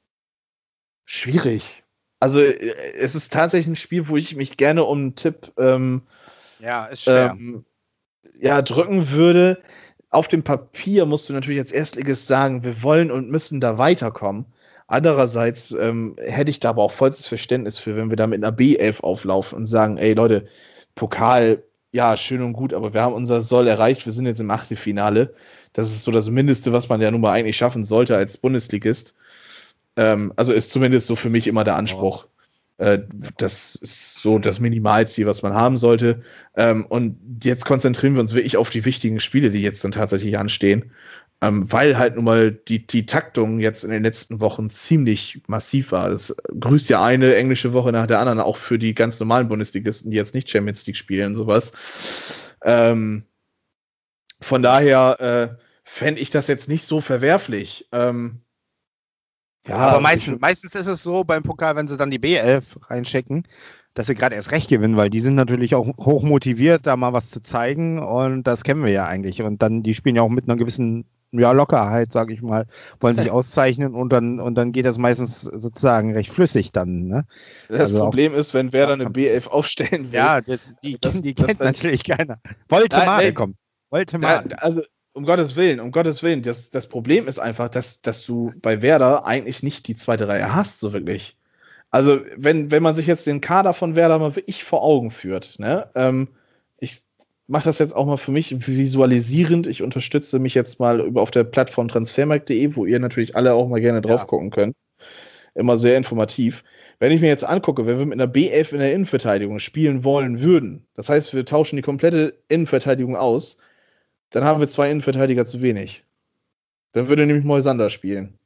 schwierig. Also äh, es ist tatsächlich ein Spiel, wo ich mich gerne um einen Tipp ähm, ja, ist schwer. Ähm, ja, drücken würde. Auf dem Papier musst du natürlich als Erstligist sagen, wir wollen und müssen da weiterkommen. Andererseits ähm, hätte ich da aber auch vollstes Verständnis für, wenn wir da mit einer B elf auflaufen und sagen, ey Leute, Pokal, ja, schön und gut, aber wir haben unser Soll erreicht, wir sind jetzt im Achtelfinale. Das ist so das Mindeste, was man ja nun mal eigentlich schaffen sollte als Bundesligist. Ähm, also ist zumindest so für mich immer der Anspruch. Äh, das ist so das Minimalziel, was man haben sollte. Ähm, und jetzt konzentrieren wir uns wirklich auf die wichtigen Spiele, die jetzt dann tatsächlich anstehen. Ähm, weil halt nun mal die, die Taktung jetzt in den letzten Wochen ziemlich massiv war. Das grüßt ja eine englische Woche nach der anderen, auch für die ganz normalen Bundesligisten, die jetzt nicht Champions League spielen und sowas. Ähm, von daher äh, fände ich das jetzt nicht so verwerflich. Ähm, ja, aber meistens, meistens ist es so beim Pokal, wenn sie dann die B elf reinschicken, dass sie gerade erst recht gewinnen, weil die sind natürlich auch hoch motiviert, da mal was zu zeigen und das kennen wir ja eigentlich. Und dann, die spielen ja auch mit einer gewissen ja, Lockerheit, sage ich mal, wollen sich auszeichnen und dann und dann geht das meistens sozusagen recht flüssig dann. Ne? Das also Problem ist, wenn Werder eine B elf aufstellen will. Ja, das, die, das, die das kennt das natürlich keiner. Woltemade kommt. Woltemade. Da, also um Gottes Willen, um Gottes Willen. Das, das Problem ist einfach, dass, dass du bei Werder eigentlich nicht die zweite Reihe hast, so wirklich. Also wenn, wenn man sich jetzt den Kader von Werder mal wirklich vor Augen führt, ne, ähm, ich mache das jetzt auch mal für mich visualisierend. Ich unterstütze mich jetzt mal über auf der Plattform transfermarkt punkt de, wo ihr natürlich alle auch mal gerne drauf ja. gucken könnt. Immer sehr informativ. Wenn ich mir jetzt angucke, wenn wir mit einer B elf in der Innenverteidigung spielen wollen würden, das heißt, wir tauschen die komplette Innenverteidigung aus, dann haben wir zwei Innenverteidiger zu wenig. Dann würde nämlich Moisander spielen.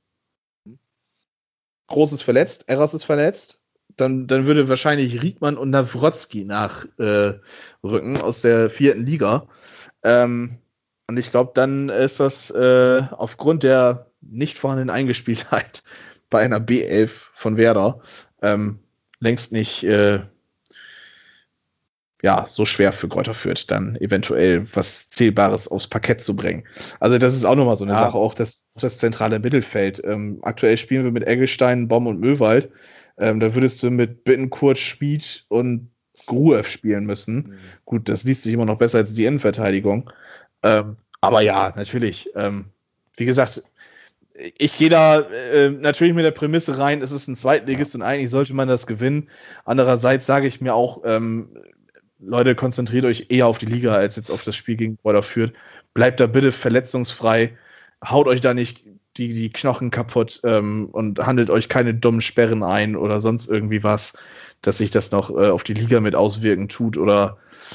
Groß ist verletzt, Eras ist verletzt. Dann, dann würde wahrscheinlich Riedmann und Nawrotzki nachrücken äh, aus der vierten Liga. Ähm, und ich glaube, dann ist das äh, aufgrund der nicht vorhandenen Eingespieltheit bei einer B elf von Werder ähm, längst nicht äh, ja, so schwer für Greuther Fürth, dann eventuell was Zählbares aufs Parkett zu bringen. Also das ist auch nochmal so eine ja. Sache, auch das, das zentrale Mittelfeld. Ähm, aktuell spielen wir mit Eggestein, Baum und Möwald. Ähm, da würdest du mit Bittenkurt, Schmid und Gruev spielen müssen. Mhm. Gut, das liest sich immer noch besser als die Innenverteidigung. Ähm, aber ja, natürlich. Ähm, wie gesagt, ich gehe da äh, natürlich mit der Prämisse rein, es ist ein Zweitligist und eigentlich sollte man das gewinnen. Andererseits sage ich mir auch, ähm, Leute, konzentriert euch eher auf die Liga als jetzt auf das Spiel gegen Greuther Fürth. Bleibt da bitte verletzungsfrei. Haut euch da nicht die, die Knochen kaputt ähm, und handelt euch keine dummen Sperren ein oder sonst irgendwie was, dass sich das noch äh, auf die Liga mit auswirken tut oder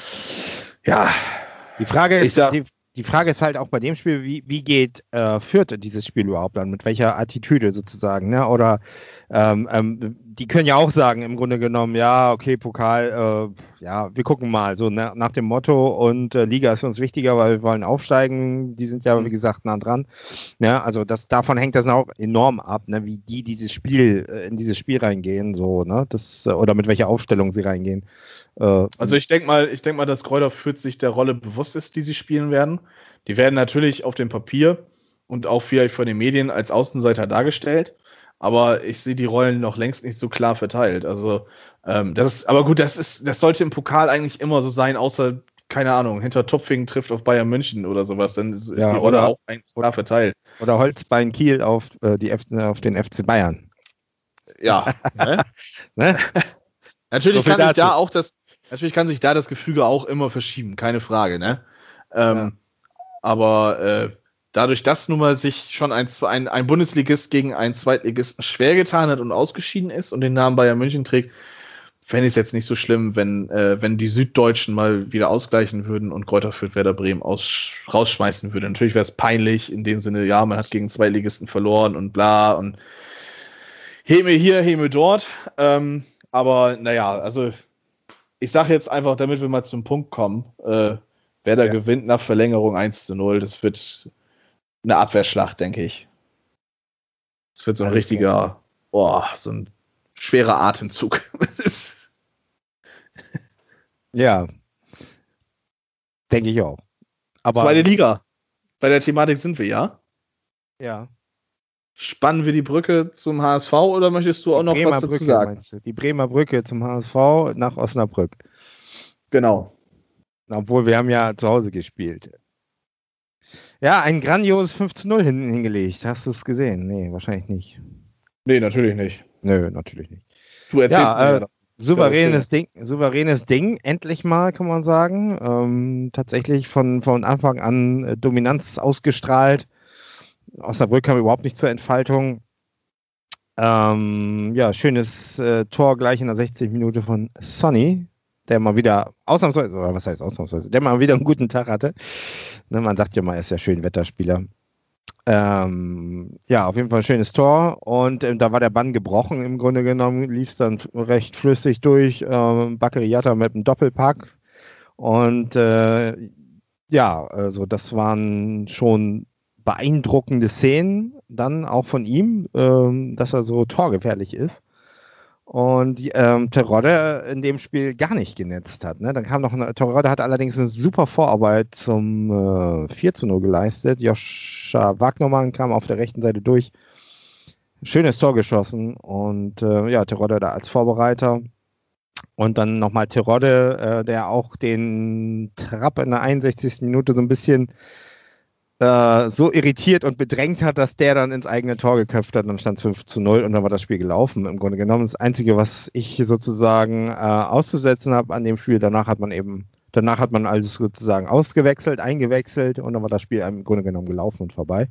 ja. Die Frage ist, sag, die, die Frage ist halt auch bei dem Spiel, wie, wie geht äh, Fürth dieses Spiel überhaupt an? Mit welcher Attitüde sozusagen? Ne? Oder ähm, ähm, die können ja auch sagen, im Grunde genommen, ja, okay, Pokal, äh, ja, wir gucken mal, so na, nach dem Motto und äh, Liga ist für uns wichtiger, weil wir wollen aufsteigen, die sind ja, wie gesagt, nah dran. Ja, also das, davon hängt das auch enorm ab, ne, wie die dieses Spiel, äh, in dieses Spiel reingehen, so, ne, das, äh, oder mit welcher Aufstellung sie reingehen. Äh, also ich denke mal, ich denke mal, dass Greuther Fürth sich der Rolle bewusst ist, die sie spielen werden. Die werden natürlich auf dem Papier und auch vielleicht von den Medien als Außenseiter dargestellt. Aber ich sehe die Rollen noch längst nicht so klar verteilt. Also, ähm, das ist, aber gut, das ist, das sollte im Pokal eigentlich immer so sein, außer, keine Ahnung, hinter Tupfingen trifft auf Bayern München oder sowas, dann ist, ist ja, die Rolle oder, auch eigentlich klar verteilt. Oder Holzbein Kiel auf, äh, die F- auf den F C Bayern. Ja. ne? ne? Natürlich so kann sich da auch das, natürlich kann sich da das Gefüge auch immer verschieben, keine Frage, ne? Ähm, ja. Aber, äh, dadurch, dass nun mal sich schon ein, ein, ein Bundesligist gegen einen Zweitligisten schwer getan hat und ausgeschieden ist und den Namen Bayern München trägt, fände ich es jetzt nicht so schlimm, wenn, äh, wenn die Süddeutschen mal wieder ausgleichen würden und Greuther Fürth Werder Bremen aus, rausschmeißen würde. Natürlich wäre es peinlich in dem Sinne, ja, man hat gegen Zweitligisten verloren und bla und Heme hier, Heme dort. Ähm, aber naja, also ich sage jetzt einfach, damit wir mal zum Punkt kommen, äh, Werder ja. gewinnt nach Verlängerung eins zu null. Das wird eine Abwehrschlacht, denke ich. Es wird so ein Alles richtiger, klar. boah, so ein schwerer Atemzug. ja. Denke ich auch. Aber zweite Liga. Bei der Thematik sind wir, ja? Ja. Spannen wir die Brücke zum H S V oder möchtest du auch noch Bremer was dazu Brücke, sagen? Die Bremer Brücke zum H S V nach Osnabrück. Genau. Obwohl wir haben ja zu Hause gespielt. Ja, ein grandioses fünf zu null hinten hingelegt. Hast du es gesehen? Nee, wahrscheinlich nicht. Nee, natürlich nicht. Nö, natürlich nicht. Du erzählst ja, mir äh, souveränes Ding, souveränes Ding, endlich mal, kann man sagen. Ähm, tatsächlich von, von Anfang an äh, Dominanz ausgestrahlt. Osnabrück kam überhaupt nicht zur Entfaltung. Ähm, ja, schönes äh, Tor gleich in der sechzigsten Minute von Sonny, der mal wieder ausnahmsweise, oder was heißt ausnahmsweise, der mal wieder einen guten Tag hatte. Ne, man sagt ja mal, er ist ja schön Wetterspieler. Ähm, ja, auf jeden Fall ein schönes Tor und äh, da war der Bann gebrochen im Grunde genommen, lief es dann recht flüssig durch, ähm, Bakary mit einem Doppelpack und äh, ja, also das waren schon beeindruckende Szenen dann auch von ihm, ähm, dass er so torgefährlich ist. Und ähm, Terodde in dem Spiel gar nicht genetzt hat. Ne? Dann kam noch eine, Terodde hat allerdings eine super Vorarbeit zum äh, vier zu null geleistet. Joscha Wagnermann kam auf der rechten Seite durch. Schönes Tor geschossen und äh, ja, Terodde da als Vorbereiter. Und dann nochmal Terodde, äh, der auch den Trapp in der einundsechzigsten Minute so ein bisschen äh, so irritiert und bedrängt hat, dass der dann ins eigene Tor geköpft hat. Dann stand es fünf zu null und dann war das Spiel gelaufen. Im Grunde genommen das Einzige, was ich sozusagen äh, auszusetzen habe an dem Spiel, danach hat man eben, danach hat man alles sozusagen ausgewechselt, eingewechselt und dann war das Spiel im Grunde genommen gelaufen und vorbei.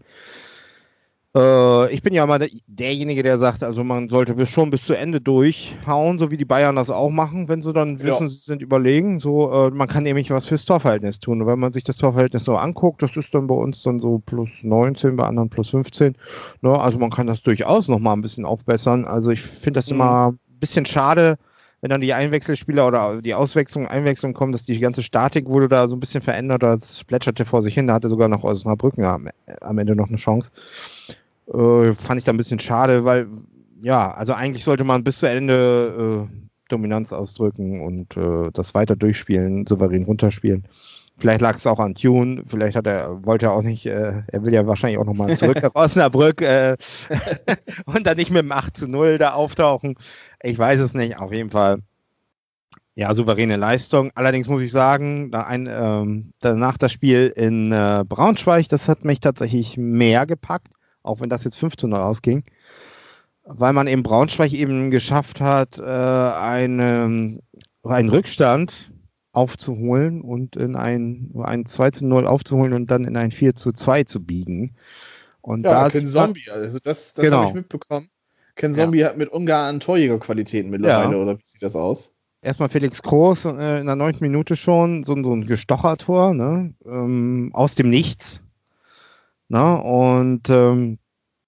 Äh, ich bin ja mal der, derjenige, der sagt, also man sollte bis, schon bis zu Ende durchhauen, so wie die Bayern das auch machen, wenn sie dann wissen, ja. sie sind überlegen. So, äh, man kann nämlich was fürs Torverhältnis tun. Und wenn man sich das Torverhältnis so anguckt, das ist dann bei uns dann so plus neunzehn, bei anderen plus fünfzehn. Ne? Also man kann das durchaus nochmal ein bisschen aufbessern. Also ich finde das mhm. immer ein bisschen schade, wenn dann die Einwechselspieler oder die Auswechslung, Einwechslung kommen, dass die ganze Statik wurde da so ein bisschen verändert, das plätscherte vor sich hin, da hatte sogar noch Osnabrück am, am Ende noch eine Chance. Äh, fand ich da ein bisschen schade, weil, ja, also eigentlich sollte man bis zu Ende äh, Dominanz ausdrücken und äh, das weiter durchspielen, souverän runterspielen. Vielleicht lag es auch an Tune, vielleicht hat er, wollte er auch nicht, äh, er will ja wahrscheinlich auch nochmal zurück nach Osnabrück äh, und dann nicht mit dem acht zu null da auftauchen. Ich weiß es nicht, auf jeden Fall. Ja, souveräne Leistung. Allerdings muss ich sagen, da ein, ähm, danach das Spiel in äh, Braunschweig, das hat mich tatsächlich mehr gepackt, auch wenn das jetzt fünf zu null ausging, weil man in Braunschweig eben geschafft hat, äh, eine, einen Rückstand aufzuholen und in ein, ein zwei zu null aufzuholen und dann in ein vier zu zwei zu biegen. Und ja, da Ken Zombie, also das, das genau. habe ich mitbekommen. Ken Zombie ja. hat mit Ungarn Torjägerqualitäten mittlerweile, ja. oder wie sieht das aus? Erstmal Felix Groß äh, in der neunten Minute schon, so, so ein Gestochertor, ne? ähm, aus dem Nichts. Na, und ähm,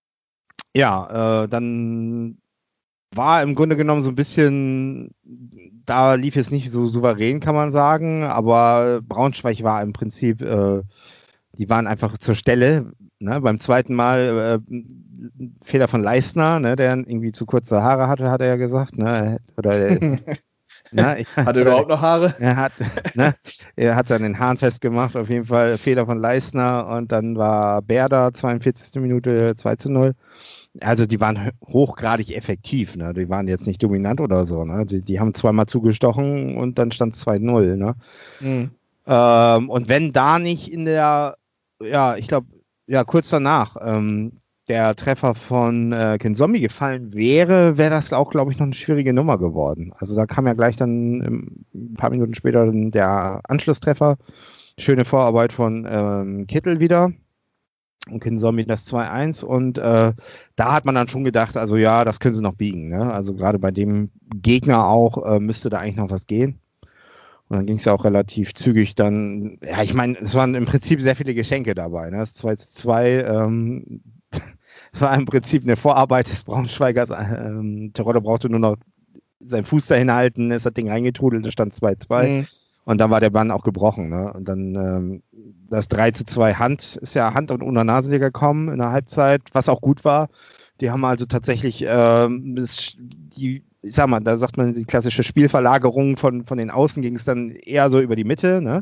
ja, äh, dann war im Grunde genommen so ein bisschen, da lief es nicht so souverän, kann man sagen, aber Braunschweig war im Prinzip, äh, die waren einfach zur Stelle. Ne? Beim zweiten Mal äh, Fehler von Leistner, ne? Der irgendwie zu kurze Haare hatte, hat er ja gesagt. Ne? Oder Na, ich, hat er überhaupt noch Haare? Er hat, ne, er hat seinen Haaren festgemacht, auf jeden Fall Fehler von Leistner und dann war Berda, zweiundvierzigste Minute, zwei zu null. Also die waren hochgradig effektiv, ne? Die waren jetzt nicht dominant oder so, ne? Die, die haben zweimal zugestochen und dann stand es zwei null, ne? Mhm. Ähm, und wenn da nicht in der, ja, ich glaube, ja, kurz danach, ähm, der Treffer von äh, Ken Zombie gefallen wäre, wäre das auch, glaube ich, noch eine schwierige Nummer geworden. Also da kam ja gleich dann ähm, ein paar Minuten später dann der Anschlusstreffer. Schöne Vorarbeit von ähm, Kittel wieder. Und Ken Zombie das zwei eins. Und äh, da hat man dann schon gedacht, also ja, das können sie noch biegen. Ne? Also gerade bei dem Gegner auch äh, müsste da eigentlich noch was gehen. Und dann ging es ja auch relativ zügig dann, ja, ich meine, es waren im Prinzip sehr viele Geschenke dabei. Ne? Das zwei zu zwei, ähm, war im Prinzip eine Vorarbeit des Braunschweigers. Ähm, Terodde brauchte nur noch seinen Fuß dahin halten, ist das Ding reingetrudelt, es stand zwei zu zwei. Mhm. Und dann war der Bann auch gebrochen. Ne? Und dann ähm, das drei zu zwei Hand, ist ja Hand und unter Nase gekommen in der Halbzeit, was auch gut war. Die haben also tatsächlich, ähm, das, die, ich sag mal, da sagt man die klassische Spielverlagerung von, von den Außen, ging es dann eher so über die Mitte. Ne?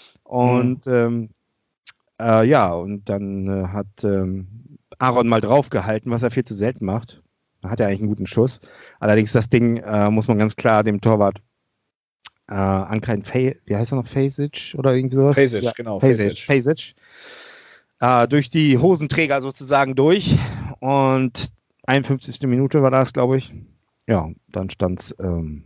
Und mhm. ähm, äh, ja, und dann äh, hat ähm, Aaron mal draufgehalten, was er viel zu selten macht. Da hat er eigentlich einen guten Schuss. Allerdings das Ding äh, muss man ganz klar dem Torwart äh, ankreiden. Fe- wie heißt er noch? Fasic oder irgendwie sowas? Fasic, ja, genau. Fasic. Fasic. Äh, durch die Hosenträger sozusagen durch. Und einundfünfzigste Minute war das, glaube ich. Ja, dann stand es, ähm,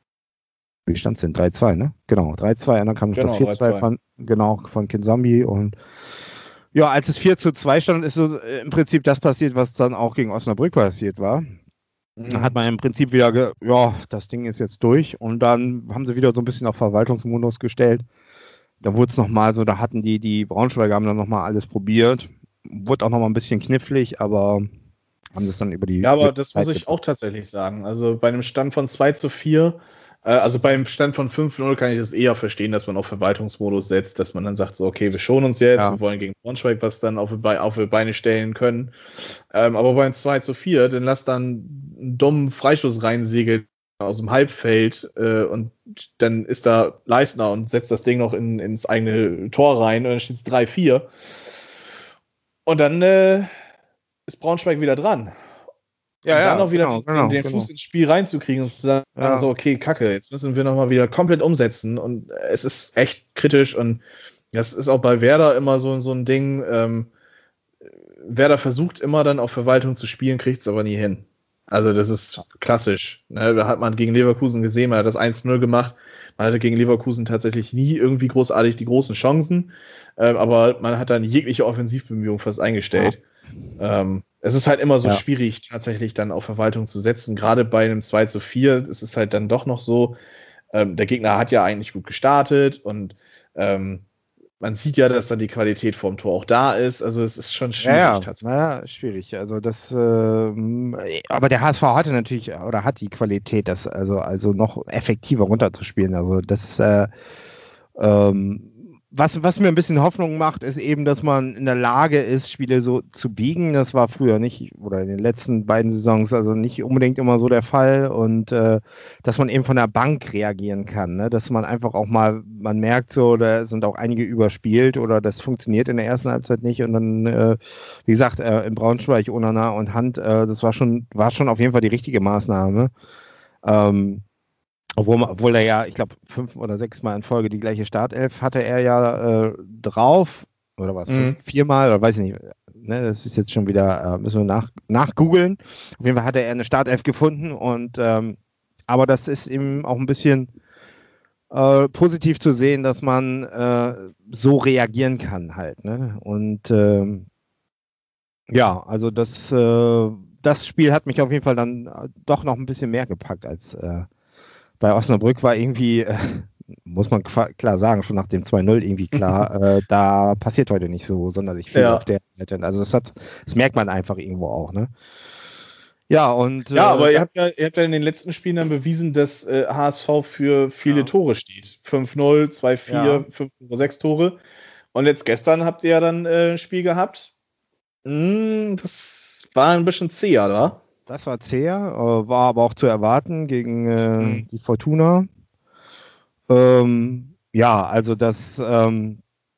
wie stand es denn? drei zwei, ne? Genau, drei zwei. Und dann kam noch genau, das vier zwei von, genau, von Ken Zombie. Und ja, als es vier zu zwei stand, ist so im Prinzip das passiert, was dann auch gegen Osnabrück passiert war. Dann hat man im Prinzip wieder, ge ja, das Ding ist jetzt durch und dann haben sie wieder so ein bisschen auf Verwaltungsmodus gestellt. Da wurde es nochmal so, da hatten die, die Braunschweiger haben dann nochmal alles probiert. Wurde auch nochmal ein bisschen knifflig, aber haben sie es dann über die... Ja, aber das muss ich auch tatsächlich sagen. Also bei einem Stand von zwei zu vier, äh, also beim Stand von fünf null kann ich das eher verstehen, dass man auf Verwaltungsmodus setzt, dass man dann sagt, so okay, wir schonen uns jetzt, Ja. wir wollen gegen Braunschweig was dann auf die, Be auf die Beine stellen können. Ähm, aber beim zwei zu vier, dann lass dann einen dummen Freistoß reinsegeln aus dem Halbfeld äh, und dann ist da Leistner und setzt das Ding noch in, ins eigene Tor rein und dann steht es drei vier. Und dann äh, ist Braunschweig wieder dran. Ja, und dann ja, noch wieder genau, den, genau, den genau. Fuß ins Spiel reinzukriegen und zu sagen, Ja. so, okay, Kacke, jetzt müssen wir nochmal wieder komplett umsetzen. Und es ist echt kritisch und das ist auch bei Werder immer so, so ein Ding. Ähm, Werder versucht immer dann auf Verwaltung zu spielen, kriegt es aber nie hin. Also das ist klassisch. Ne? Da hat man gegen Leverkusen gesehen, man hat das eins null gemacht. Man hatte gegen Leverkusen tatsächlich nie irgendwie großartig die großen Chancen. Ähm, aber man hat dann jegliche Offensivbemühungen fast eingestellt. Ja. Ähm, es ist halt immer so ja. schwierig, tatsächlich dann auf Verwaltung zu setzen. Gerade bei einem zwei zu vier ist es halt dann doch noch so, ähm, der Gegner hat ja eigentlich gut gestartet und ähm, man sieht ja, dass dann die Qualität vorm Tor auch da ist. Also es ist schon schwierig ja, ja. tatsächlich. Ja, schwierig. Also das, ähm, aber der H S V hatte natürlich oder hat die Qualität, das also also noch effektiver runterzuspielen. Also das, äh, ähm, was was mir ein bisschen Hoffnung macht, ist eben, dass man in der Lage ist, Spiele so zu biegen. Das war früher nicht oder in den letzten beiden Saisons also nicht unbedingt immer so der Fall und äh, dass man eben von der Bank reagieren kann, ne? Dass man einfach auch mal, man merkt so, da sind auch einige überspielt oder das funktioniert in der ersten Halbzeit nicht und dann, äh, wie gesagt, äh, in Braunschweig, Onana und Hand, äh, das war schon war schon auf jeden Fall die richtige Maßnahme. Ähm, Obwohl, obwohl er ja, ich glaube, fünf oder sechs Mal in Folge die gleiche Startelf hatte er ja äh, drauf. Oder was? Mhm. Viermal? Oder weiß ich nicht. Ne, das ist jetzt schon wieder, äh, müssen wir nach, nachgoogeln. Auf jeden Fall hatte er eine Startelf gefunden. Und ähm, aber das ist eben auch ein bisschen äh, positiv zu sehen, dass man äh, so reagieren kann halt. Ne? Und ähm, ja, also das, äh, das Spiel hat mich auf jeden Fall dann doch noch ein bisschen mehr gepackt als äh, bei Osnabrück war irgendwie, äh, muss man klar sagen, schon nach dem zwei null irgendwie klar, äh, da passiert heute nicht so sonderlich viel ja. auf der Seite. Also das hat, das merkt man einfach irgendwo auch, ne? Ja, und Ja, äh, aber ihr habt ja, ihr habt ja in den letzten Spielen dann bewiesen, dass äh, H S V für viele ja. Tore steht. fünf null, zwei vier, ja. fünf sechs Tore. Und jetzt gestern habt ihr ja dann äh, ein Spiel gehabt. Hm, das war ein bisschen zäher, oder? Das war zäher, äh, war aber auch zu erwarten gegen äh, mhm. die Fortuna. Ähm, ja, also das ähm,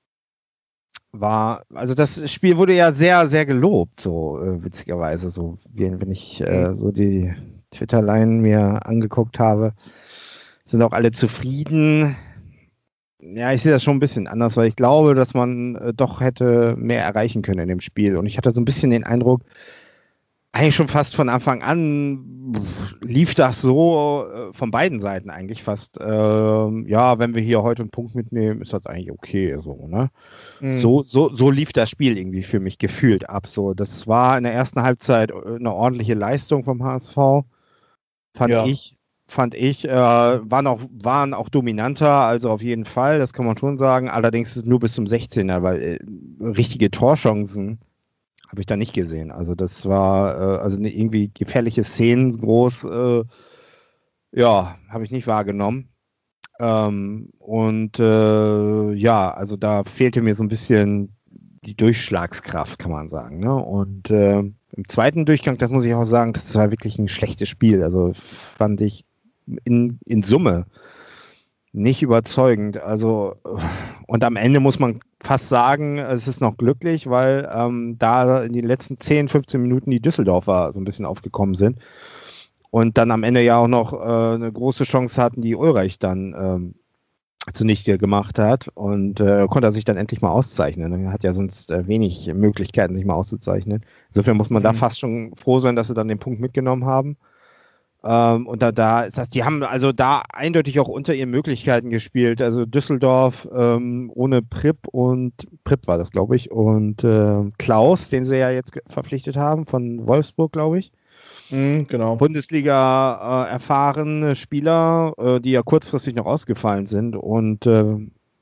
war, also das Spiel wurde ja sehr, sehr gelobt, so äh, witzigerweise, so wie, wenn ich äh, mhm. so die Twitter-Line mir angeguckt habe, sind auch alle zufrieden. Ja, ich sehe das schon ein bisschen anders, weil ich glaube, dass man äh, doch hätte mehr erreichen können in dem Spiel. Und ich hatte so ein bisschen den Eindruck, eigentlich schon fast von Anfang an lief das so äh, von beiden Seiten eigentlich fast. Ähm, ja, wenn wir hier heute einen Punkt mitnehmen, ist das eigentlich okay. So, ne? Mhm. So, so, so lief das Spiel irgendwie für mich gefühlt ab. So, das war in der ersten Halbzeit eine ordentliche Leistung vom H S V, fand ja. ich. Fand ich, äh, waren, auch, waren auch dominanter, also auf jeden Fall, das kann man schon sagen. Allerdings nur bis zum sechzehner, weil äh, richtige Torchancen habe ich da nicht gesehen. Also das war äh, also irgendwie gefährliche Szenen groß, äh, ja, habe ich nicht wahrgenommen. Ähm, und äh, ja, also da fehlte mir so ein bisschen die Durchschlagskraft, kann man sagen. Ne? Und äh, im zweiten Durchgang, das muss ich auch sagen, das war wirklich ein schlechtes Spiel. Also fand ich in, in Summe nicht überzeugend. Also und am Ende muss man fast sagen, es ist noch glücklich, weil ähm, da in den letzten zehn, fünfzehn Minuten die Düsseldorfer so ein bisschen aufgekommen sind und dann am Ende ja auch noch äh, eine große Chance hatten, die Ulreich dann ähm, zunichte gemacht hat und äh, konnte er sich dann endlich mal auszeichnen. Er hat ja sonst äh, wenig Möglichkeiten, sich mal auszuzeichnen. Insofern muss man mhm. da fast schon froh sein, dass sie dann den Punkt mitgenommen haben. Ähm, und da, da ist das, die haben also da eindeutig auch unter ihren Möglichkeiten gespielt. Also Düsseldorf ähm, ohne Pripp und Pripp war das, glaube ich, und äh, Klaus, den sie ja jetzt verpflichtet haben von Wolfsburg, glaube ich. Mhm, genau. Bundesliga äh, erfahrene Spieler, äh, die ja kurzfristig noch ausgefallen sind. Und äh,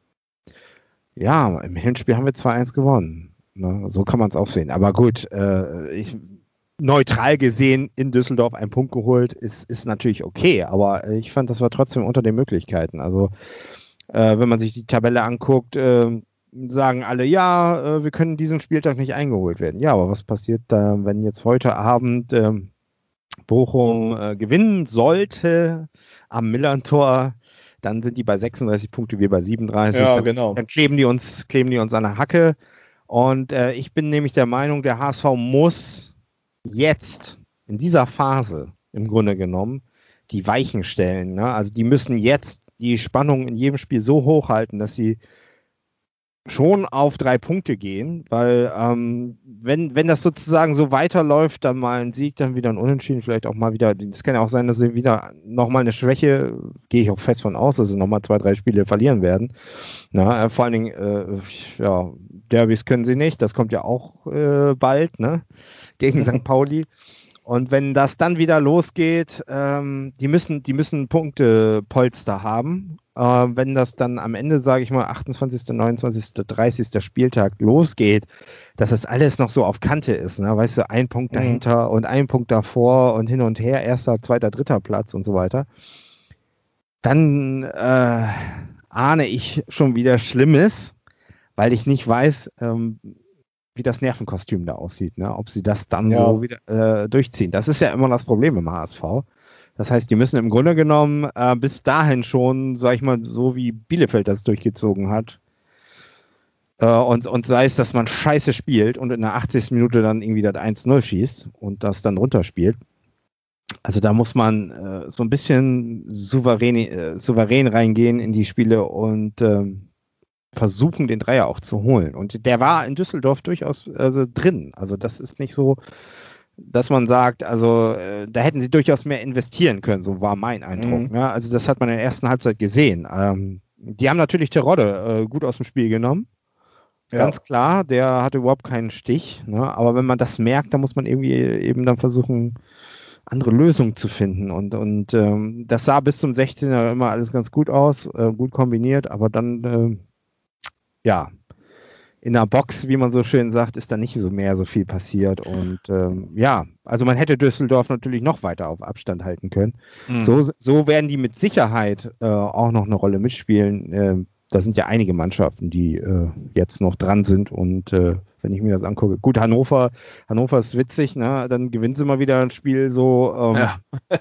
ja, im Hinspiel haben wir zwei eins gewonnen. Ne? So kann man es auch sehen. Aber gut, äh, ich, neutral gesehen in Düsseldorf einen Punkt geholt, ist, ist natürlich okay. Aber ich fand, das war trotzdem unter den Möglichkeiten. Also äh, wenn man sich die Tabelle anguckt, äh, sagen alle, ja, äh, wir können diesen Spieltag nicht eingeholt werden. Ja, aber was passiert da, wenn jetzt heute Abend äh, Bochum äh, gewinnen sollte am Millantor, dann sind die bei sechsunddreißig Punkte, wir bei siebenunddreißig. Ja, dann, genau. dann kleben die uns, kleben die uns an der Hacke. Und äh, ich bin nämlich der Meinung, der H S V muss jetzt in dieser Phase im Grunde genommen die Weichen stellen. Ne? Also die müssen jetzt die Spannung in jedem Spiel so hoch halten, dass sie schon auf drei Punkte gehen, weil ähm, wenn, wenn das sozusagen so weiterläuft, dann mal ein Sieg, dann wieder ein Unentschieden, vielleicht auch mal wieder, es kann ja auch sein, dass sie wieder nochmal eine Schwäche, gehe ich auch fest von aus, dass sie nochmal zwei, drei Spiele verlieren werden. Na, äh, vor allen Dingen, äh, ja, Derbys können sie nicht, das kommt ja auch äh, bald, ne, gegen Sankt Pauli. Und wenn das dann wieder losgeht, ähm, die müssen, die müssen Punktepolster haben. Äh, wenn das dann am Ende, sage ich mal, achtundzwanzigsten, neunundzwanzigsten, dreißigsten Spieltag losgeht, dass das alles noch so auf Kante ist. Ne? Weißt du, ein Punkt dahinter mhm. und ein Punkt davor und hin und her, erster, zweiter, dritter Platz und so weiter. Dann äh, ahne ich schon wieder Schlimmes, weil ich nicht weiß, ähm, wie das Nervenkostüm da aussieht, ne? Ob sie das dann ja. so wieder äh, durchziehen. Das ist ja immer das Problem im H S V. Das heißt, die müssen im Grunde genommen äh, bis dahin schon, sag ich mal, so wie Bielefeld das durchgezogen hat, äh, und, und sei es, dass man scheiße spielt und in der achtzigsten Minute dann irgendwie das eins null schießt und das dann runterspielt. Also da muss man äh, so ein bisschen souverän, äh, souverän reingehen in die Spiele und ähm, versuchen, den Dreier auch zu holen. Und der war in Düsseldorf durchaus also, drin. Also das ist nicht so, dass man sagt, also äh, da hätten sie durchaus mehr investieren können, so war mein Eindruck. Mhm. Ja, also das hat man in der ersten Halbzeit gesehen. Ähm, die haben natürlich Terodde äh, gut aus dem Spiel genommen. Ja. Ganz klar, der hatte überhaupt keinen Stich. Ne? Aber wenn man das merkt, dann muss man irgendwie eben dann versuchen, andere Lösungen zu finden. Und, und ähm, das sah bis zum sechzehner immer alles ganz gut aus, äh, gut kombiniert, aber dann äh, ja, in der Box, wie man so schön sagt, ist da nicht so mehr so viel passiert. Und ähm, ja, also man hätte Düsseldorf natürlich noch weiter auf Abstand halten können. Mhm. So, so werden die mit Sicherheit äh, auch noch eine Rolle mitspielen. Äh, da sind ja einige Mannschaften, die äh, jetzt noch dran sind. Und äh, wenn ich mir das angucke, gut, Hannover, Hannover ist witzig, ne? Dann gewinnen sie mal wieder ein Spiel so ähm, ja.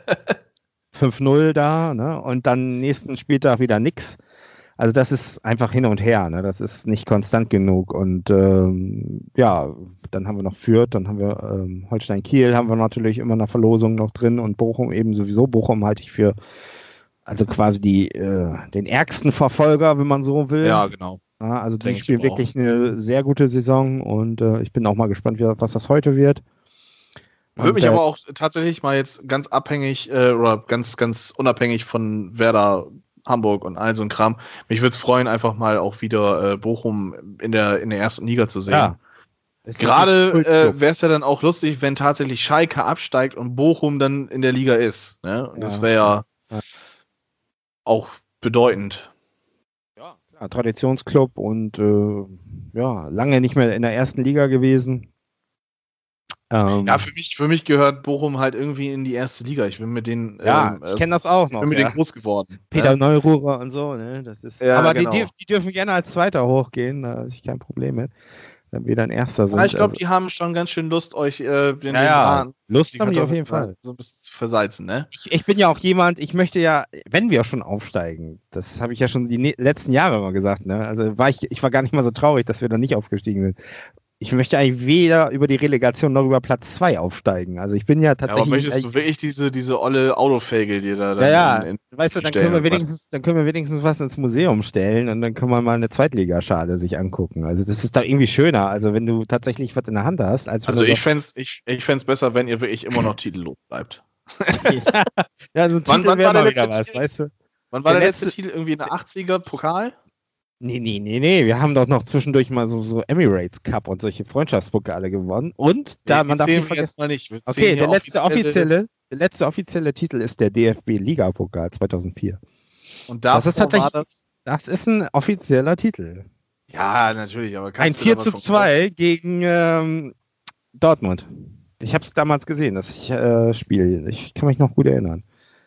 fünf null da, ne? Und dann nächsten Spieltag wieder nix. Also das ist einfach hin und her, ne? Das ist nicht konstant genug. Und ähm, ja, dann haben wir noch Fürth, dann haben wir ähm, Holstein-Kiel, haben wir natürlich immer eine Verlosung noch drin und Bochum eben sowieso. Bochum halte ich für also quasi die äh, den ärgsten Verfolger, wenn man so will. Ja, genau. Ja, also die spielen wirklich eine sehr gute Saison und äh, ich bin auch mal gespannt, wie, was das heute wird. Würde mich äh, aber auch tatsächlich mal jetzt ganz abhängig äh, oder ganz, ganz unabhängig von Werder Hamburg und all so ein Kram. Mich würde es freuen, einfach mal auch wieder äh, Bochum in der, in der ersten Liga zu sehen. Ja. Gerade äh, wäre es ja dann auch lustig, wenn tatsächlich Schalke absteigt und Bochum dann in der Liga ist. Ne? Ja. Das wäre ja, ja auch bedeutend. Ja, klar, Traditionsclub und äh, ja, lange nicht mehr in der ersten Liga gewesen. Ähm, ja, für mich, für mich gehört Bochum halt irgendwie in die erste Liga. Ich bin mit denen, ja, ähm, ich kenne das auch noch. Ich bin mit ja. denen groß geworden. Peter ja. Neururer und so, ne? Das ist. Ja, aber genau. die, die dürfen gerne als Zweiter hochgehen, da habe ich kein Problem mit, wenn wir dann Erster sind. Ja, ich glaube, also. die haben schon ganz schön Lust, euch äh, den, ja, den ja. Hahn, Lust haben die auf jeden Fall. So ein bisschen zu versalzen, ne? Ich, ich bin ja auch jemand, ich möchte ja, wenn wir schon aufsteigen, das habe ich ja schon die ne- letzten Jahre immer gesagt, ne? Also war ich, ich war gar nicht mal so traurig, dass wir noch nicht aufgestiegen sind. Ich möchte eigentlich weder über die Relegation noch über Platz zwei aufsteigen. Also ich bin ja tatsächlich... Ja, aber möchtest du wirklich diese, diese olle Autofägel dir da... Ja, ja, in, in weißt du, dann können, wir wenigstens, dann können wir wenigstens was ins Museum stellen und dann können wir mal eine Zweitligaschale sich angucken. Also das ist doch irgendwie schöner, also wenn du tatsächlich was in der Hand hast. Als wenn also du ich fände es ich, ich fänd's besser, wenn ihr wirklich immer noch titellos bleibt. ja, ja, so ein wann, Titel wann wäre war mal der wieder letzte was, Titel? weißt du? Wann war der, der letzte, letzte Titel? Irgendwie in der achtziger Pokal? Nee, nee, nee, nee. Wir haben doch noch zwischendurch mal so, so Emirates Cup und solche Freundschaftspokale gewonnen. Und da Nee, man darf zählen nicht wir jetzt vergessen. mal nicht. Wir Okay, zählen der hier letzte offizielle, der letzte offizielle Titel ist der D F B-Liga-Pokal zweitausendvier. Und Das davor ist tatsächlich, war das. das ist ein offizieller Titel. Ja, natürlich, aber Ein kannst du vier da was zu von zwei gegen ähm, Dortmund. Ich habe es damals gesehen, das ich, äh, Spiel. Ich kann mich noch gut erinnern.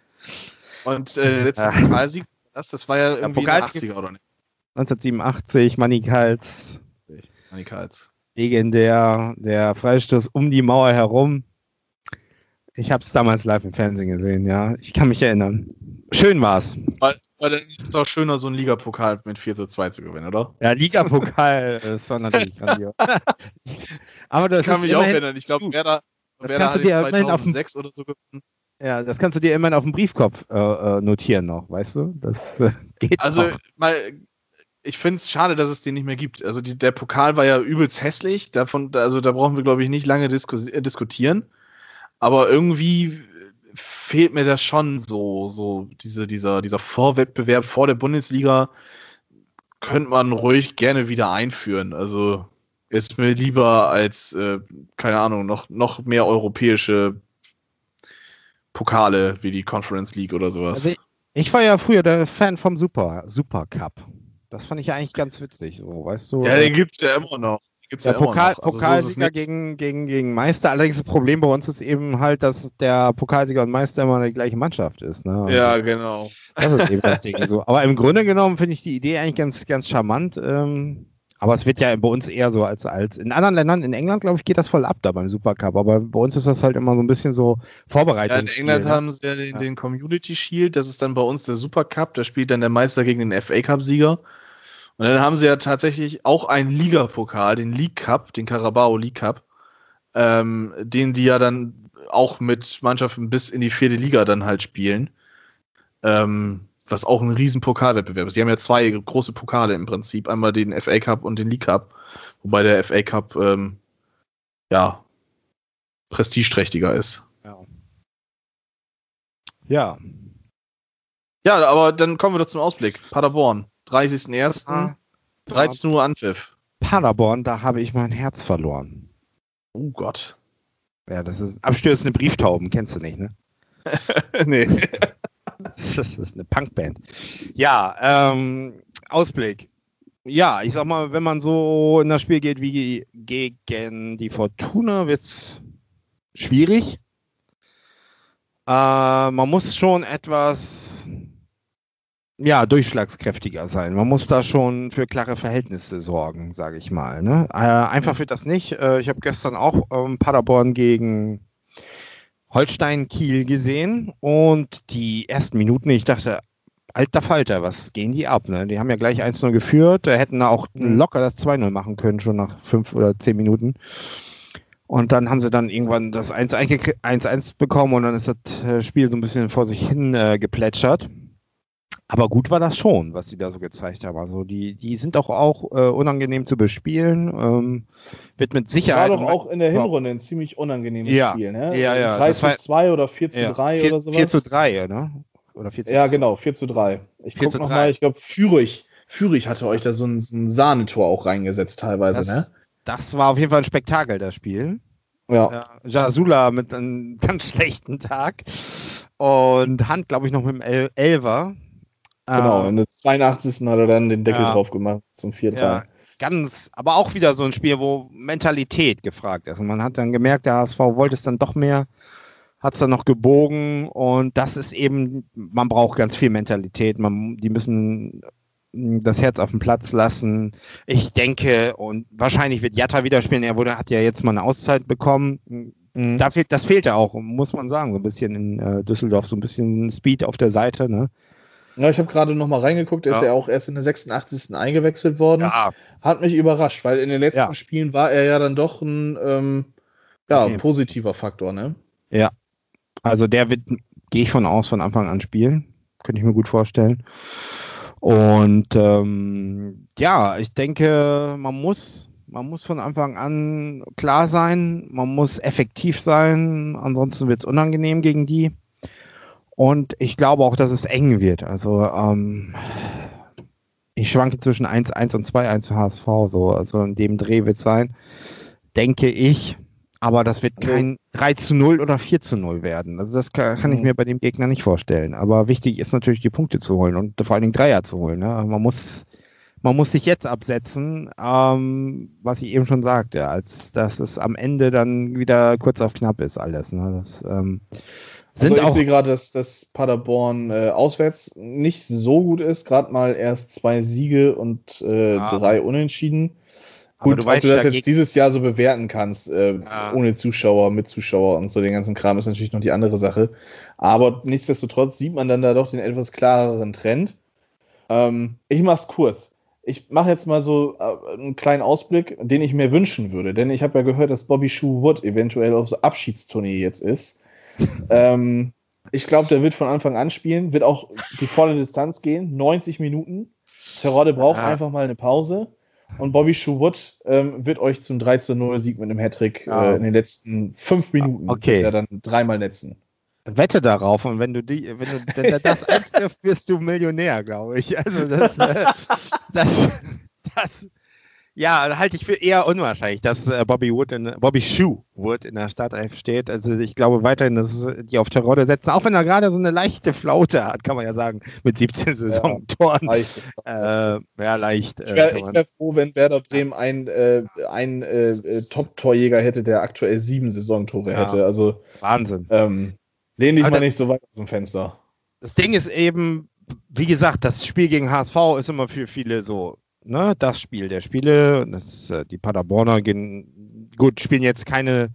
Und äh, der letzte Ja. Pokalsieg, das, das war ja irgendwie Pokal- in den achtziger, oder nicht? neunzehnhundertsiebenundachtzig, Mannikals, Annika Heitz. legendär, der Freistoß um die Mauer herum. Ich habe es damals live im Fernsehen gesehen, ja. Ich kann mich erinnern. Schön war's. Weil, weil dann ist es doch schöner, so einen Ligapokal mit vier zu zwei zu gewinnen, oder? Ja, Ligapokal, das war natürlich grandios. Aber das Ich kann ist mich auch immerhin, erinnern. Ich glaube, Werder, Das Werder kannst du hat dir in immerhin auf dem- zweitausendsechs oder so gewonnen. ja, das kannst du dir immerhin auf dem Briefkopf äh, äh, notieren noch, weißt du? Das äh, geht Also, auch. mal, ich finde es schade, dass es den nicht mehr gibt. Also, die, der Pokal war ja übelst hässlich. Davon, also, da brauchen wir, glaube ich, nicht lange diskus äh, diskutieren. Aber irgendwie fehlt mir das schon so, so diese, dieser, dieser Vorwettbewerb vor der Bundesliga könnte man ruhig gerne wieder einführen. Also, ist mir lieber als, äh, keine Ahnung, noch, noch mehr europäische Pokale wie die Conference League oder sowas. Also ich, ich war ja früher der Fan vom Super, Super Cup. Das fand ich ja eigentlich ganz witzig, so, weißt du? Ja, den gibt es ja immer noch. Den gibt's Der ja immer Pokal, noch. Also so ist es Pokalsieger nicht. gegen, gegen, gegen Meister. Allerdings das Problem bei uns ist eben halt, dass der Pokalsieger und Meister immer die gleiche Mannschaft ist. Ne? Also Ja, genau. das ist eben das Ding so. Aber im Grunde genommen finde ich die Idee eigentlich ganz, ganz charmant. Ähm, aber es wird ja bei uns eher so als, als in anderen Ländern, in England, glaube ich, geht das voll ab da beim Supercup. Aber bei uns ist das halt immer so ein bisschen so Vorbereitung. Ja, in England haben sie ja den, Ja. den Community Shield, das ist dann bei uns der Super Cup, da spielt dann der Meister gegen den F A Cup-Sieger. Und dann haben sie ja tatsächlich auch einen Ligapokal, den League Cup, den Carabao League Cup, ähm, den die ja dann auch mit Mannschaften bis in die vierte Liga dann halt spielen. Ähm, was auch ein riesen Pokalwettbewerb ist. Die haben ja zwei große Pokale im Prinzip, einmal den F A Cup und den League Cup, wobei der F A Cup ähm, ja prestigeträchtiger ist. Ja. Ja. Ja, aber dann kommen wir doch zum Ausblick. Paderborn, dreißigster erster Ah, dreizehn Uhr Anpfiff. Paderborn, da habe ich mein Herz verloren. Oh Gott. Ja, das ist abstürzende Brieftauben, kennst du nicht, ne? nee. Das ist eine Punkband. Ja, ähm, Ausblick. Ja, ich sag mal, wenn man so in das Spiel geht wie gegen die Fortuna, wird's schwierig. Äh, man muss schon etwas ja, durchschlagskräftiger sein. Man muss da schon für klare Verhältnisse sorgen, sage ich mal. Ne? Äh, einfach wird das nicht. Äh, ich habe gestern auch ähm, Paderborn gegen Holstein Kiel gesehen und die ersten Minuten, ich dachte, alter Falter, was gehen die ab? Ne? Die haben ja gleich eins null geführt, da hätten da auch locker das zwei null machen können, schon nach fünf oder zehn Minuten. Und dann haben sie dann irgendwann das eins eins bekommen und dann ist das Spiel so ein bisschen vor sich hin äh, geplätschert. Aber gut war das schon, was sie da so gezeigt haben. Also die, die sind auch, auch äh, unangenehm zu bespielen. Ähm, wird mit Sicherheit. War doch auch in der Hinrunde ein ziemlich unangenehmes ja, Spiel, ne? Ja, ja. drei zu zwei oder vier zu drei ja, oder sowas. vier zu drei, ne? Oder vier zu ja, genau, vier zu drei. Ich guck nochmal, ich glaube, Fürich. Fürich hatte euch da so ein, so ein Sahnetor auch reingesetzt teilweise, das, ne? Das war auf jeden Fall ein Spektakel, das Spiel. Ja. ja Jasula mit einem ganz schlechten Tag. Und Hand, glaube ich, noch mit dem El Elfer. Genau, ähm, in der zweiundachtzigsten hat er dann den Deckel ja. drauf gemacht zum vier drei. Ja, ganz, aber auch wieder so ein Spiel, wo Mentalität gefragt ist. Und man hat dann gemerkt, der H S V wollte es dann doch mehr, hat es dann noch gebogen und das ist eben, man braucht ganz viel Mentalität. Man, die müssen das Herz auf den Platz lassen. Ich denke, und wahrscheinlich wird Jatta wieder spielen. Er wurde, hat ja jetzt mal eine Auszeit bekommen. Mhm. Da fehlt, das fehlte auch, muss man sagen, so ein bisschen in äh, Düsseldorf, so ein bisschen Speed auf der Seite, ne? Ja, ich habe gerade noch mal reingeguckt, er ja. ist ja auch erst in der sechsundachtzigsten eingewechselt worden. Ja. Hat mich überrascht, weil in den letzten ja. Spielen war er ja dann doch ein ähm, ja, okay. positiver Faktor, ne? Ja. Also der wird, gehe ich von aus, von Anfang an spielen. Könnte ich mir gut vorstellen. Und ähm, ja, ich denke, man muss, man muss von Anfang an klar sein, man muss effektiv sein, ansonsten wird es unangenehm gegen die. Und ich glaube auch, dass es eng wird. Also ähm, Ich schwanke zwischen eins eins und zwei eins H S V, so, also in dem Dreh wird es sein, denke ich. Aber das wird kein drei zu null oder vier zu null werden. Also das kann, kann ich mir bei dem Gegner nicht vorstellen. Aber wichtig ist natürlich, die Punkte zu holen und vor allen Dingen Dreier zu holen. Ne? Man muss, man muss sich jetzt absetzen, ähm, was ich eben schon sagte, als dass es am Ende dann wieder kurz auf knapp ist alles. Ne? Das, ähm, sind also ich auch sehe gerade, dass das Paderborn äh, auswärts nicht so gut ist. Gerade mal erst zwei Siege und äh, Ja. drei Unentschieden. Aber Gut, du ob weißt du das ja, jetzt geg- dieses Jahr so bewerten kannst, äh, Ja. ohne Zuschauer, mit Zuschauer und so den ganzen Kram, ist natürlich noch die andere Sache. Aber nichtsdestotrotz sieht man dann da doch den etwas klareren Trend. Ähm, ich mach's kurz. Ich mache jetzt mal so äh, einen kleinen Ausblick, den ich mir wünschen würde. Denn ich habe ja gehört, dass Bobby Shoe Wood eventuell auf so Abschiedstournee jetzt ist. ähm, ich glaube, der wird von Anfang an spielen, wird auch die volle Distanz gehen, neunzig Minuten. Terodde braucht Ja. einfach mal eine Pause. Und Bobby Shoe Wood ähm, wird euch zum drei zu null Sieg mit einem Hattrick Ja. äh, in den letzten fünf Minuten Okay. wird er dann dreimal netzen. wette darauf und wenn du die, wenn du wenn der das eintrifft, wirst du Millionär, glaube ich. Also das, äh, das, das, ja, halte ich für eher unwahrscheinlich, dass äh, Bobby Wood in, Bobby Shoe Wood in der Startelf steht. Also ich glaube weiterhin, dass die auf Terodde setzen, auch wenn er gerade so eine leichte Flaute hat, kann man ja sagen, mit siebzehn Saisontoren. Leicht. Äh, ja, leicht. Ich Äh, wäre kann man- wär froh, wenn Werder Bremen einen äh, ein, äh, äh, Top-Torjäger hätte, der aktuell sieben Saisontore Ja. hätte. Also Wahnsinn. ähm, lehn dich Aber mal das- nicht so weit aus dem Fenster. Das Ding ist eben, wie gesagt, das Spiel gegen H S V ist immer für viele so, ne, das Spiel der Spiele. Und das, äh, die Paderborner gehen, gut, spielen jetzt keine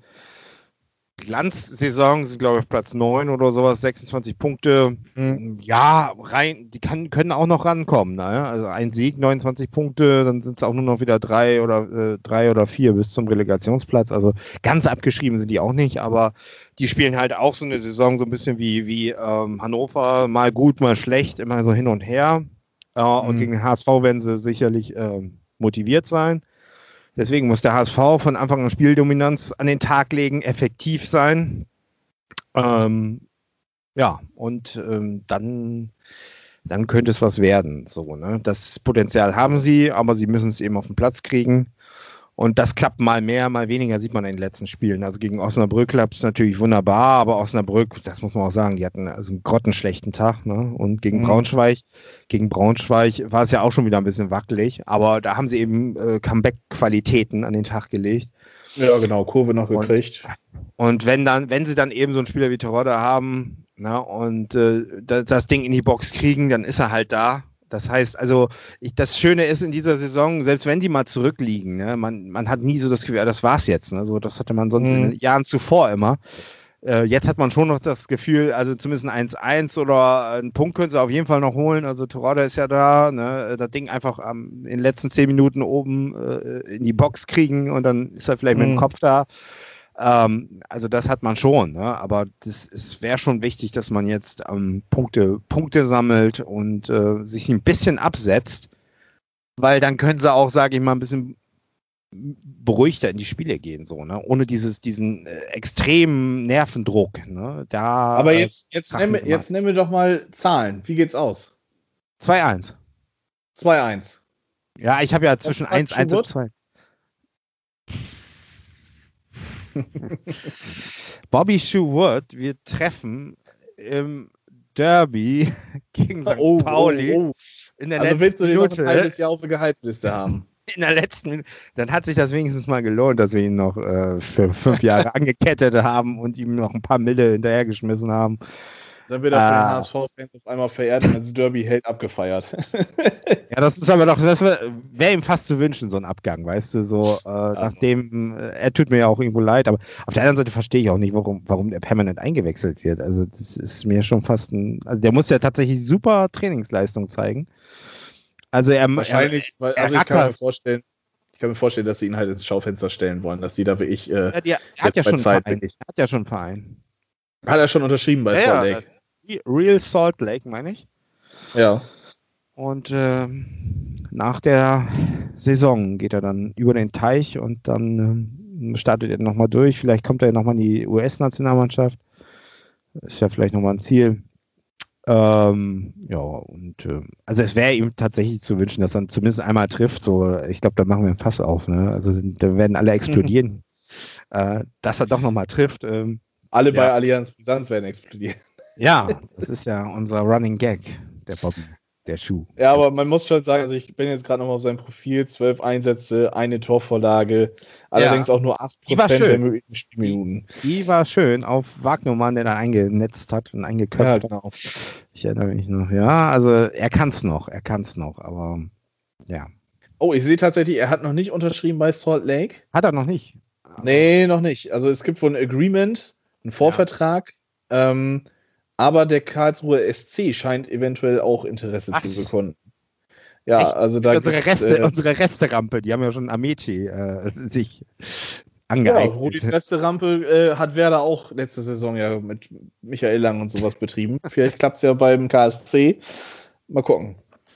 Glanzsaison, sind glaube ich auf Platz neun oder sowas, sechsundzwanzig Punkte. Mhm. Ja, rein, die kann, können auch noch rankommen. Ne? Also ein Sieg, neunundzwanzig Punkte, dann sind es auch nur noch wieder drei oder äh, drei oder vier bis zum Relegationsplatz. Also ganz abgeschrieben sind die auch nicht, aber die spielen halt auch so eine Saison so ein bisschen wie, wie ähm, Hannover, mal gut, mal schlecht, immer so hin und her. Äh, Und Mhm. gegen den H S V werden sie sicherlich ähm, motiviert sein. Deswegen muss der H S V von Anfang an Spieldominanz an den Tag legen, effektiv sein. Ähm, ja, und ähm, dann, dann könnte es was werden. So, ne? Das Potenzial haben sie, aber sie müssen es eben auf den Platz kriegen. Und das klappt mal mehr, mal weniger, sieht man in den letzten Spielen. Also gegen Osnabrück klappt es natürlich wunderbar, aber Osnabrück, das muss man auch sagen, die hatten also einen grottenschlechten Tag. Ne? Und gegen Mhm. Braunschweig, gegen Braunschweig war es ja auch schon wieder ein bisschen wackelig, aber da haben sie eben äh, Comeback-Qualitäten an den Tag gelegt. Ja, genau, Kurve noch Und- gekriegt. Und wenn dann, wenn sie dann eben so einen Spieler wie Terodde haben, na, und äh, das, das Ding in die Box kriegen, dann ist er halt da. Das heißt, also ich, das Schöne ist in dieser Saison, selbst wenn die mal zurückliegen, ne, man, man hat nie so das Gefühl, ja, das war's jetzt. Ne, so, das hatte man sonst Mhm. in den Jahren zuvor immer. Äh, jetzt hat man schon noch das Gefühl, also zumindest ein eins eins oder einen Punkt können sie auf jeden Fall noch holen. Also Terodde ist ja da, ne, das Ding einfach ähm, in den letzten zehn Minuten oben äh, in die Box kriegen und dann ist er vielleicht mit dem Mhm. Kopf da. Ähm, also das hat man schon, ne? Aber das es wäre schon wichtig, dass man jetzt ähm, Punkte, Punkte sammelt und äh, sich ein bisschen absetzt, weil dann können sie auch, sage ich mal, ein bisschen beruhigter in die Spiele gehen, so, ne? Ohne dieses, diesen äh, extremen Nervendruck. Ne? Da, Aber äh, jetzt, jetzt, Sachen nimm, jetzt nimm mir doch mal Zahlen. Wie geht's aus? zwei eins. zwei eins. Ja, ich habe ja zwischen sagt eins eins und Schubert? zwei. Bobby Shoe Wood, wir treffen im Derby gegen Sankt Oh, Pauli oh, oh. in der Also willst letzten du den noch ein Minute. halbes Jahr auf der Gehaltsliste haben? In der letzten Minute. Dann hat sich das wenigstens mal gelohnt, dass wir ihn noch äh, für fünf Jahre angekettet haben und ihm noch ein paar Mille hinterhergeschmissen haben. Dann wird er von den Ah. H S V-Fans auf einmal verehrt und als Derby-Held abgefeiert. Ja, das ist aber doch, das wäre wär ihm fast zu wünschen, so ein Abgang, weißt du, so, äh, nachdem, äh, er tut mir ja auch irgendwo leid, aber auf der anderen Seite verstehe ich auch nicht, warum, warum der permanent eingewechselt wird. Also, das ist mir schon fast ein, also der muss ja tatsächlich super Trainingsleistung zeigen. Also, er, Wahrscheinlich, weil, er also ich kann mir rackert. vorstellen, ich kann mir vorstellen, dass sie ihn halt ins Schaufenster stellen wollen, dass die da wie ich, äh, er, er, er hat ja jetzt bei schon einen Zeit Verein. bin ich. Er hat ja schon einen Verein. hat er schon unterschrieben bei Ja, Salt ja, Lake. Real Salt Lake, meine ich. Ja. Und ähm, nach der Saison geht er dann über den Teich und dann ähm, startet er nochmal durch. Vielleicht kommt er nochmal in die U S-Nationalmannschaft. Ist ja vielleicht nochmal ein Ziel. Ähm, ja, und äh, also es wäre ihm tatsächlich zu wünschen, dass er zumindest einmal trifft. So, ich glaube, da machen wir ein Fass auf. Ne? Also da werden alle explodieren, äh, dass er doch nochmal trifft. Ähm, Alle ja. bei Allianz Brisanz werden explodieren. Ja, das ist ja unser Running Gag, der Bobby, der Schuh. Ja, aber man muss schon sagen, also ich bin jetzt gerade nochmal auf seinem Profil, zwölf Einsätze, eine Torvorlage, allerdings Ja. auch nur acht Die war Prozent der schön. möglichen Spielminuten. Die war schön auf Wagnermann, der da eingenetzt hat und eingeköpft. Ja, genau. Ich erinnere mich noch. Ja, also er kann es noch, er kann es noch, aber ja. Oh, ich sehe tatsächlich, er hat noch nicht unterschrieben bei Salt Lake. Hat er noch nicht. Aber Nee, noch nicht. Also es gibt wohl ein Agreement, einen Vorvertrag, ähm, aber der Karlsruher S C scheint eventuell auch Interesse Was? zu bekunden. Ja, Echt? also da unsere, gibt's, Reste, äh, unsere Resterampe, die haben ja schon Amechi äh, sich ja, angeeignet. Rudis Resterampe äh, hat Werder auch letzte Saison ja mit Michael Lang und sowas betrieben. Vielleicht klappt es ja beim K S C. Mal gucken.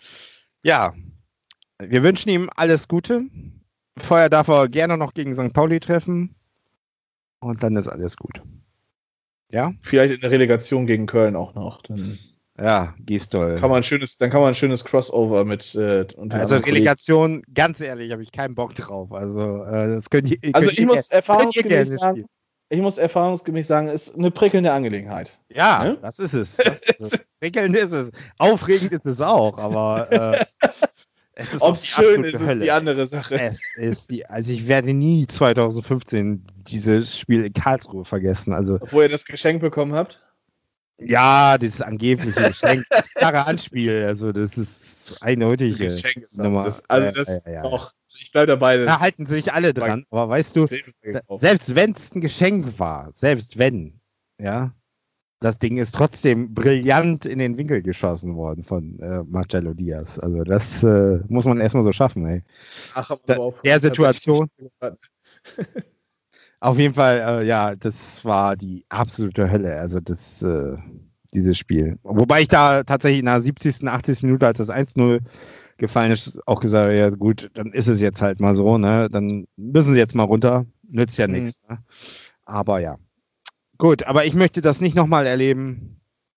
Ja, wir wünschen ihm alles Gute. Vorher darf er gerne noch gegen Sankt Pauli treffen. Und dann ist alles gut. Ja? Vielleicht in der Relegation gegen Köln auch noch. Dann Ja, Gistol. kann man ein schönes, dann kann man ein schönes Crossover mit äh, und den Also anderen Relegation, ganz ehrlich, habe ich keinen Bock drauf. Also äh, das könnt ihr, Also könnt ich ihr, muss könnt ihr erfahrungsgemäß gerne sagen, spielen. ich muss erfahrungsgemäß sagen, ist eine prickelnde Angelegenheit. Ja, Ne? das ist es. Das ist es. Prickelnd ist es. Aufregend ist es auch, aber äh, es ist Ob auch es die schön absolute ist, ist Hölle. die andere Sache. Es ist die, also ich werde nie zwanzig fünfzehn dieses Spiel in Karlsruhe vergessen. Also Obwohl ihr das Geschenk bekommen habt. ja, dieses angebliche Geschenk, das klare Anspiel, also das ist eindeutig. Geschenk ist das. Nummer. das also Ja, das ja, ja, auch. Ich bleibe dabei. Das Da halten sich alle dran, aber weißt du, da, selbst wenn es ein Geschenk war, selbst wenn, ja, das Ding ist trotzdem brillant in den Winkel geschossen worden von äh, Marcelo Diaz. Also das äh, muss man erstmal so schaffen, ey. Ach, aber Da, auf- der Situation, tatsächlich- auf jeden Fall, äh, ja, das war die absolute Hölle, also das, äh, dieses Spiel. Wobei ich da tatsächlich in der siebzigsten, achtzigsten Minute, als das eins null gefallen ist, auch gesagt habe, ja gut, dann ist es jetzt halt mal so, ne, dann müssen sie jetzt mal runter, nützt ja Mhm. nichts. Ne? Aber ja, gut, aber ich möchte das nicht nochmal erleben.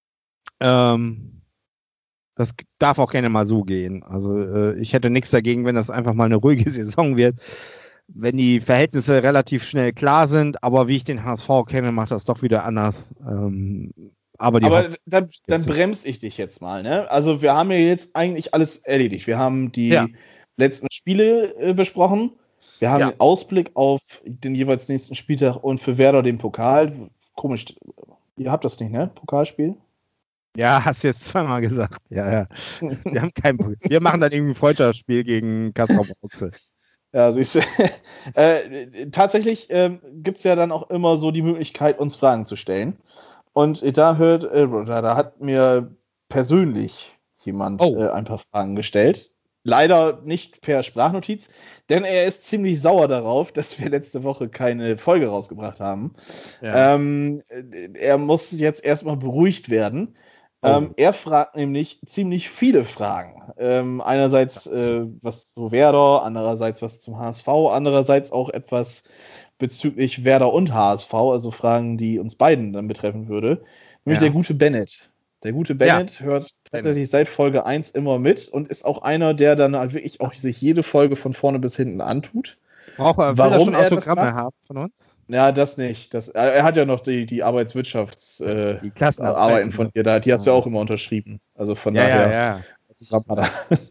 Ähm, das darf auch gerne mal so gehen. Also äh, ich hätte nichts dagegen, wenn das einfach mal eine ruhige Saison wird. Wenn die Verhältnisse relativ schnell klar sind, aber wie ich den H S V kenne, macht das doch wieder anders. Ähm, aber die Aber Hoffnung- dann, dann Jetzt- bremse ich dich jetzt mal. Ne? Also wir haben ja jetzt eigentlich alles erledigt. Wir haben die Ja. letzten Spiele äh, besprochen. Wir haben Ja. den Ausblick auf den jeweils nächsten Spieltag und für Werder den Pokal. Komisch, ihr habt das nicht, ne? Pokalspiel? Ja, hast du jetzt zweimal gesagt. Ja, ja. Wir haben kein Problem. Wir machen dann irgendwie ein Freundschaftsspiel gegen Kassel Brauxel. Ja, siehst du. äh, tatsächlich ähm, gibt es ja dann auch immer so die Möglichkeit, uns Fragen zu stellen. Und da hört, äh, da, da hat mir persönlich jemand Oh. äh, ein paar Fragen gestellt. Leider nicht per Sprachnotiz, denn er ist ziemlich sauer darauf, dass wir letzte Woche keine Folge rausgebracht haben. Ähm, äh, er muss jetzt erstmal beruhigt werden. Oh. Ähm, er fragt nämlich ziemlich viele Fragen. Ähm, einerseits äh, was zu Werder, andererseits was zum H S V, andererseits auch etwas bezüglich Werder und H S V, also Fragen, die uns beiden dann betreffen würde. Nämlich Ja. der gute Bennett. Der gute Bennett hört tatsächlich seit Folge eins immer mit und ist auch einer, der dann halt wirklich auch sich jede Folge von vorne bis hinten antut. Braucht er, will Warum er schon er das Autogramme macht? haben von uns? Ja, das nicht. Das, er er hat ja noch die, die Arbeitswirtschafts äh, Die Klassenarbeiten. Arbeiten von dir da, die hast du ja auch immer unterschrieben. Also von Ja, daher. ja, ja.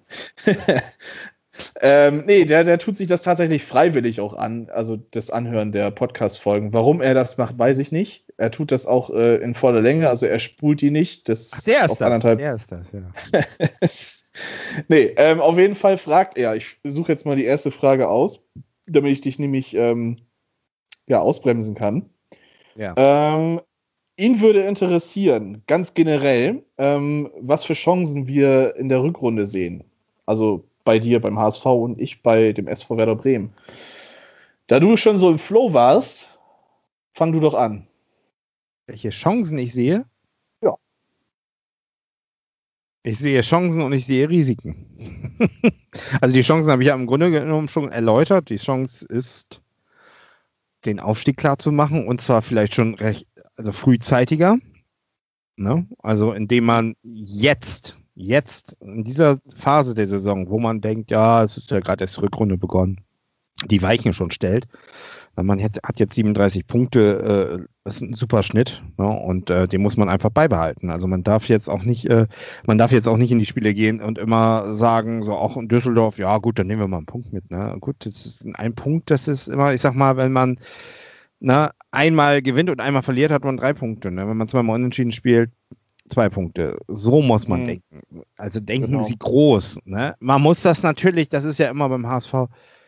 ähm, nee, der, der tut sich das tatsächlich freiwillig auch an, also das Anhören der Podcast-Folgen. Warum er das macht, weiß ich nicht. Er tut das auch äh, in voller Länge, also er spult die nicht. Das Ach, der ist auf das. anderthalb. Der ist das, ja. Nee, ähm, auf jeden Fall fragt er. Ich suche jetzt mal die erste Frage aus, damit ich dich nämlich ähm, ja, ausbremsen kann. Ja. Ähm, ihn würde interessieren, ganz generell, ähm, was für Chancen wir in der Rückrunde sehen. Also bei dir beim H S V und ich bei dem S V Werder Bremen. Da du schon so im Flow warst, fang du doch an. Welche Chancen ich sehe? Ja. Ich sehe Chancen und ich sehe Risiken. Also die Chancen habe ich ja im Grunde genommen schon erläutert. Die Chance ist, den Aufstieg klar zu machen und zwar vielleicht schon recht, also frühzeitiger. Ne? Also indem man jetzt, jetzt in dieser Phase der Saison, wo man denkt, ja, es ist ja gerade erst Rückrunde begonnen, die Weichen schon stellt. Man hat, hat jetzt siebenunddreißig Punkte, äh, das ist ein super Schnitt, ne? Und äh, den muss man einfach beibehalten. Also man darf jetzt auch nicht, äh, man darf jetzt auch nicht in die Spiele gehen und immer sagen, so auch in Düsseldorf, ja gut, dann nehmen wir mal einen Punkt mit. Ne? Gut, das ist ein Punkt, das ist immer, ich sag mal, wenn man ne, einmal gewinnt und einmal verliert, hat man drei Punkte. Ne? Wenn man zweimal unentschieden spielt, zwei Punkte. So muss man mhm. denken. Also denken genau. Sie groß. Ne? Man muss das natürlich, das ist ja immer beim H S V,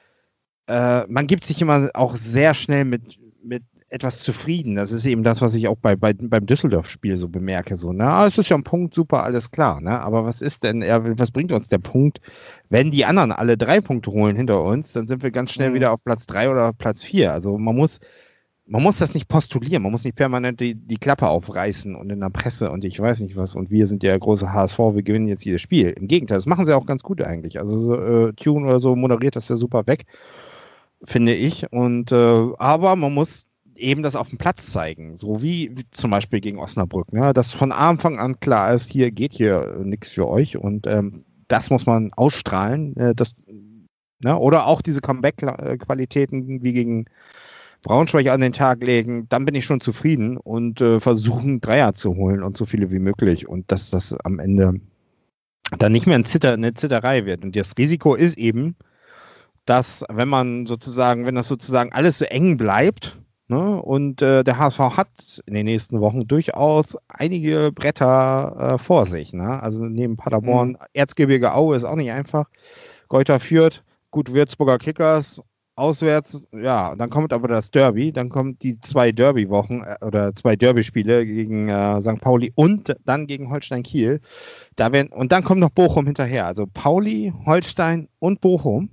äh, man gibt sich immer auch sehr schnell mit, mit etwas zufrieden. Das ist eben das, was ich auch bei, bei, beim Düsseldorf-Spiel so bemerke. So, na, es ist ja ein Punkt, super, alles klar. Ne? Aber was ist denn, was bringt uns der Punkt, wenn die anderen alle drei Punkte holen hinter uns, dann sind wir ganz schnell mhm. wieder auf Platz drei oder Platz vier. Also man muss, man muss das nicht postulieren, man muss nicht permanent die, die Klappe aufreißen und in der Presse und ich weiß nicht was und wir sind ja der große H S V, wir gewinnen jetzt jedes Spiel. Im Gegenteil, das machen sie auch ganz gut eigentlich. Also so, äh, Tune oder so moderiert das ja super weg, finde ich. Und äh, aber man muss eben das auf dem Platz zeigen, so wie, wie zum Beispiel gegen Osnabrück, ne? Dass von Anfang an klar ist, hier geht hier nichts für euch und ähm, das muss man ausstrahlen. Äh, das, ne? Oder auch diese Comeback-Qualitäten wie gegen Braunschweig an den Tag legen, dann bin ich schon zufrieden und äh, versuchen Dreier zu holen und so viele wie möglich und dass das am Ende dann nicht mehr ein Zitter, eine Zitterei wird. Und das Risiko ist eben, dass wenn man sozusagen, wenn das sozusagen alles so eng bleibt, ne, und äh, der H S V hat in den nächsten Wochen durchaus einige Bretter äh, vor sich. Ne? Also neben Paderborn, mhm. Erzgebirge Aue ist auch nicht einfach, Greuther Fürth, gut, Würzburger Kickers, auswärts, ja, dann kommt aber das Derby, dann kommt die zwei Derby-Wochen äh, oder zwei Derby-Spiele gegen äh, Sankt Pauli und dann gegen Holstein Kiel. Da werden, und dann kommt noch Bochum hinterher. Also Pauli, Holstein und Bochum.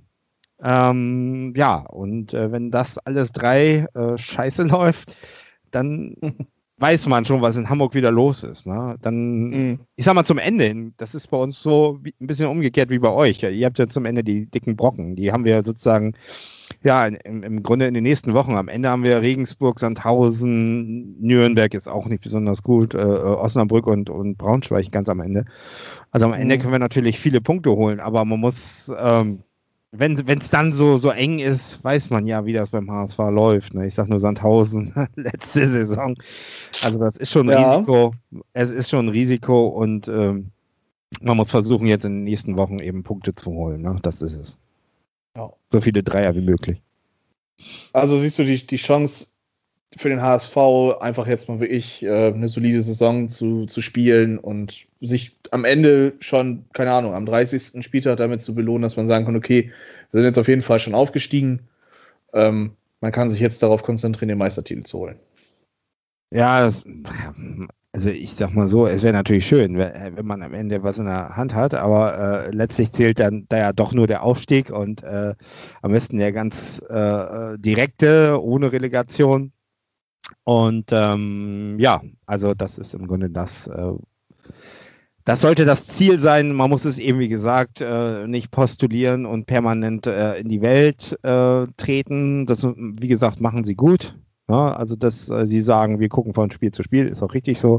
Ähm, ja, und äh, wenn das alles drei äh, scheiße läuft, dann weiß man schon, was in Hamburg wieder los ist. Ne? Dann, mhm. ich sag mal zum Ende hin, das ist bei uns so wie, ein bisschen umgekehrt wie bei euch. Ihr habt ja zum Ende die dicken Brocken. Die haben wir sozusagen, ja, im, im Grunde in den nächsten Wochen. Am Ende haben wir Regensburg, Sandhausen, Nürnberg ist auch nicht besonders gut, äh, Osnabrück und, und Braunschweig ganz am Ende. Also am Ende mhm. können wir natürlich viele Punkte holen, aber man muss, ähm, wenn es dann so, so eng ist, weiß man ja, wie das beim H S V läuft. Ne? Ich sag nur Sandhausen, letzte Saison. Also das ist schon ein ja. Risiko. Es ist schon ein Risiko und ähm, man muss versuchen, jetzt in den nächsten Wochen eben Punkte zu holen. Ne? Das ist es. Ja. So viele Dreier wie möglich. Also siehst du die, die Chance für den H S V, einfach jetzt mal wirklich äh, eine solide Saison zu, zu spielen und sich am Ende schon, keine Ahnung, am dreißigsten Spieltag damit zu belohnen, dass man sagen kann, okay, wir sind jetzt auf jeden Fall schon aufgestiegen. Ähm, man kann sich jetzt darauf konzentrieren, den Meistertitel zu holen. Ja, also ich sag mal so, es wäre natürlich schön, wenn man am Ende was in der Hand hat, aber äh, letztlich zählt dann da ja doch nur der Aufstieg und äh, am besten der ganz äh, direkte, ohne Relegation. Und ähm, ja, also das ist im Grunde das, äh, das sollte das Ziel sein. Man muss es eben, wie gesagt, äh, nicht postulieren und permanent äh, in die Welt äh, treten. Das, wie gesagt, machen sie gut. Ja, also, dass äh, sie sagen, wir gucken von Spiel zu Spiel, ist auch richtig so.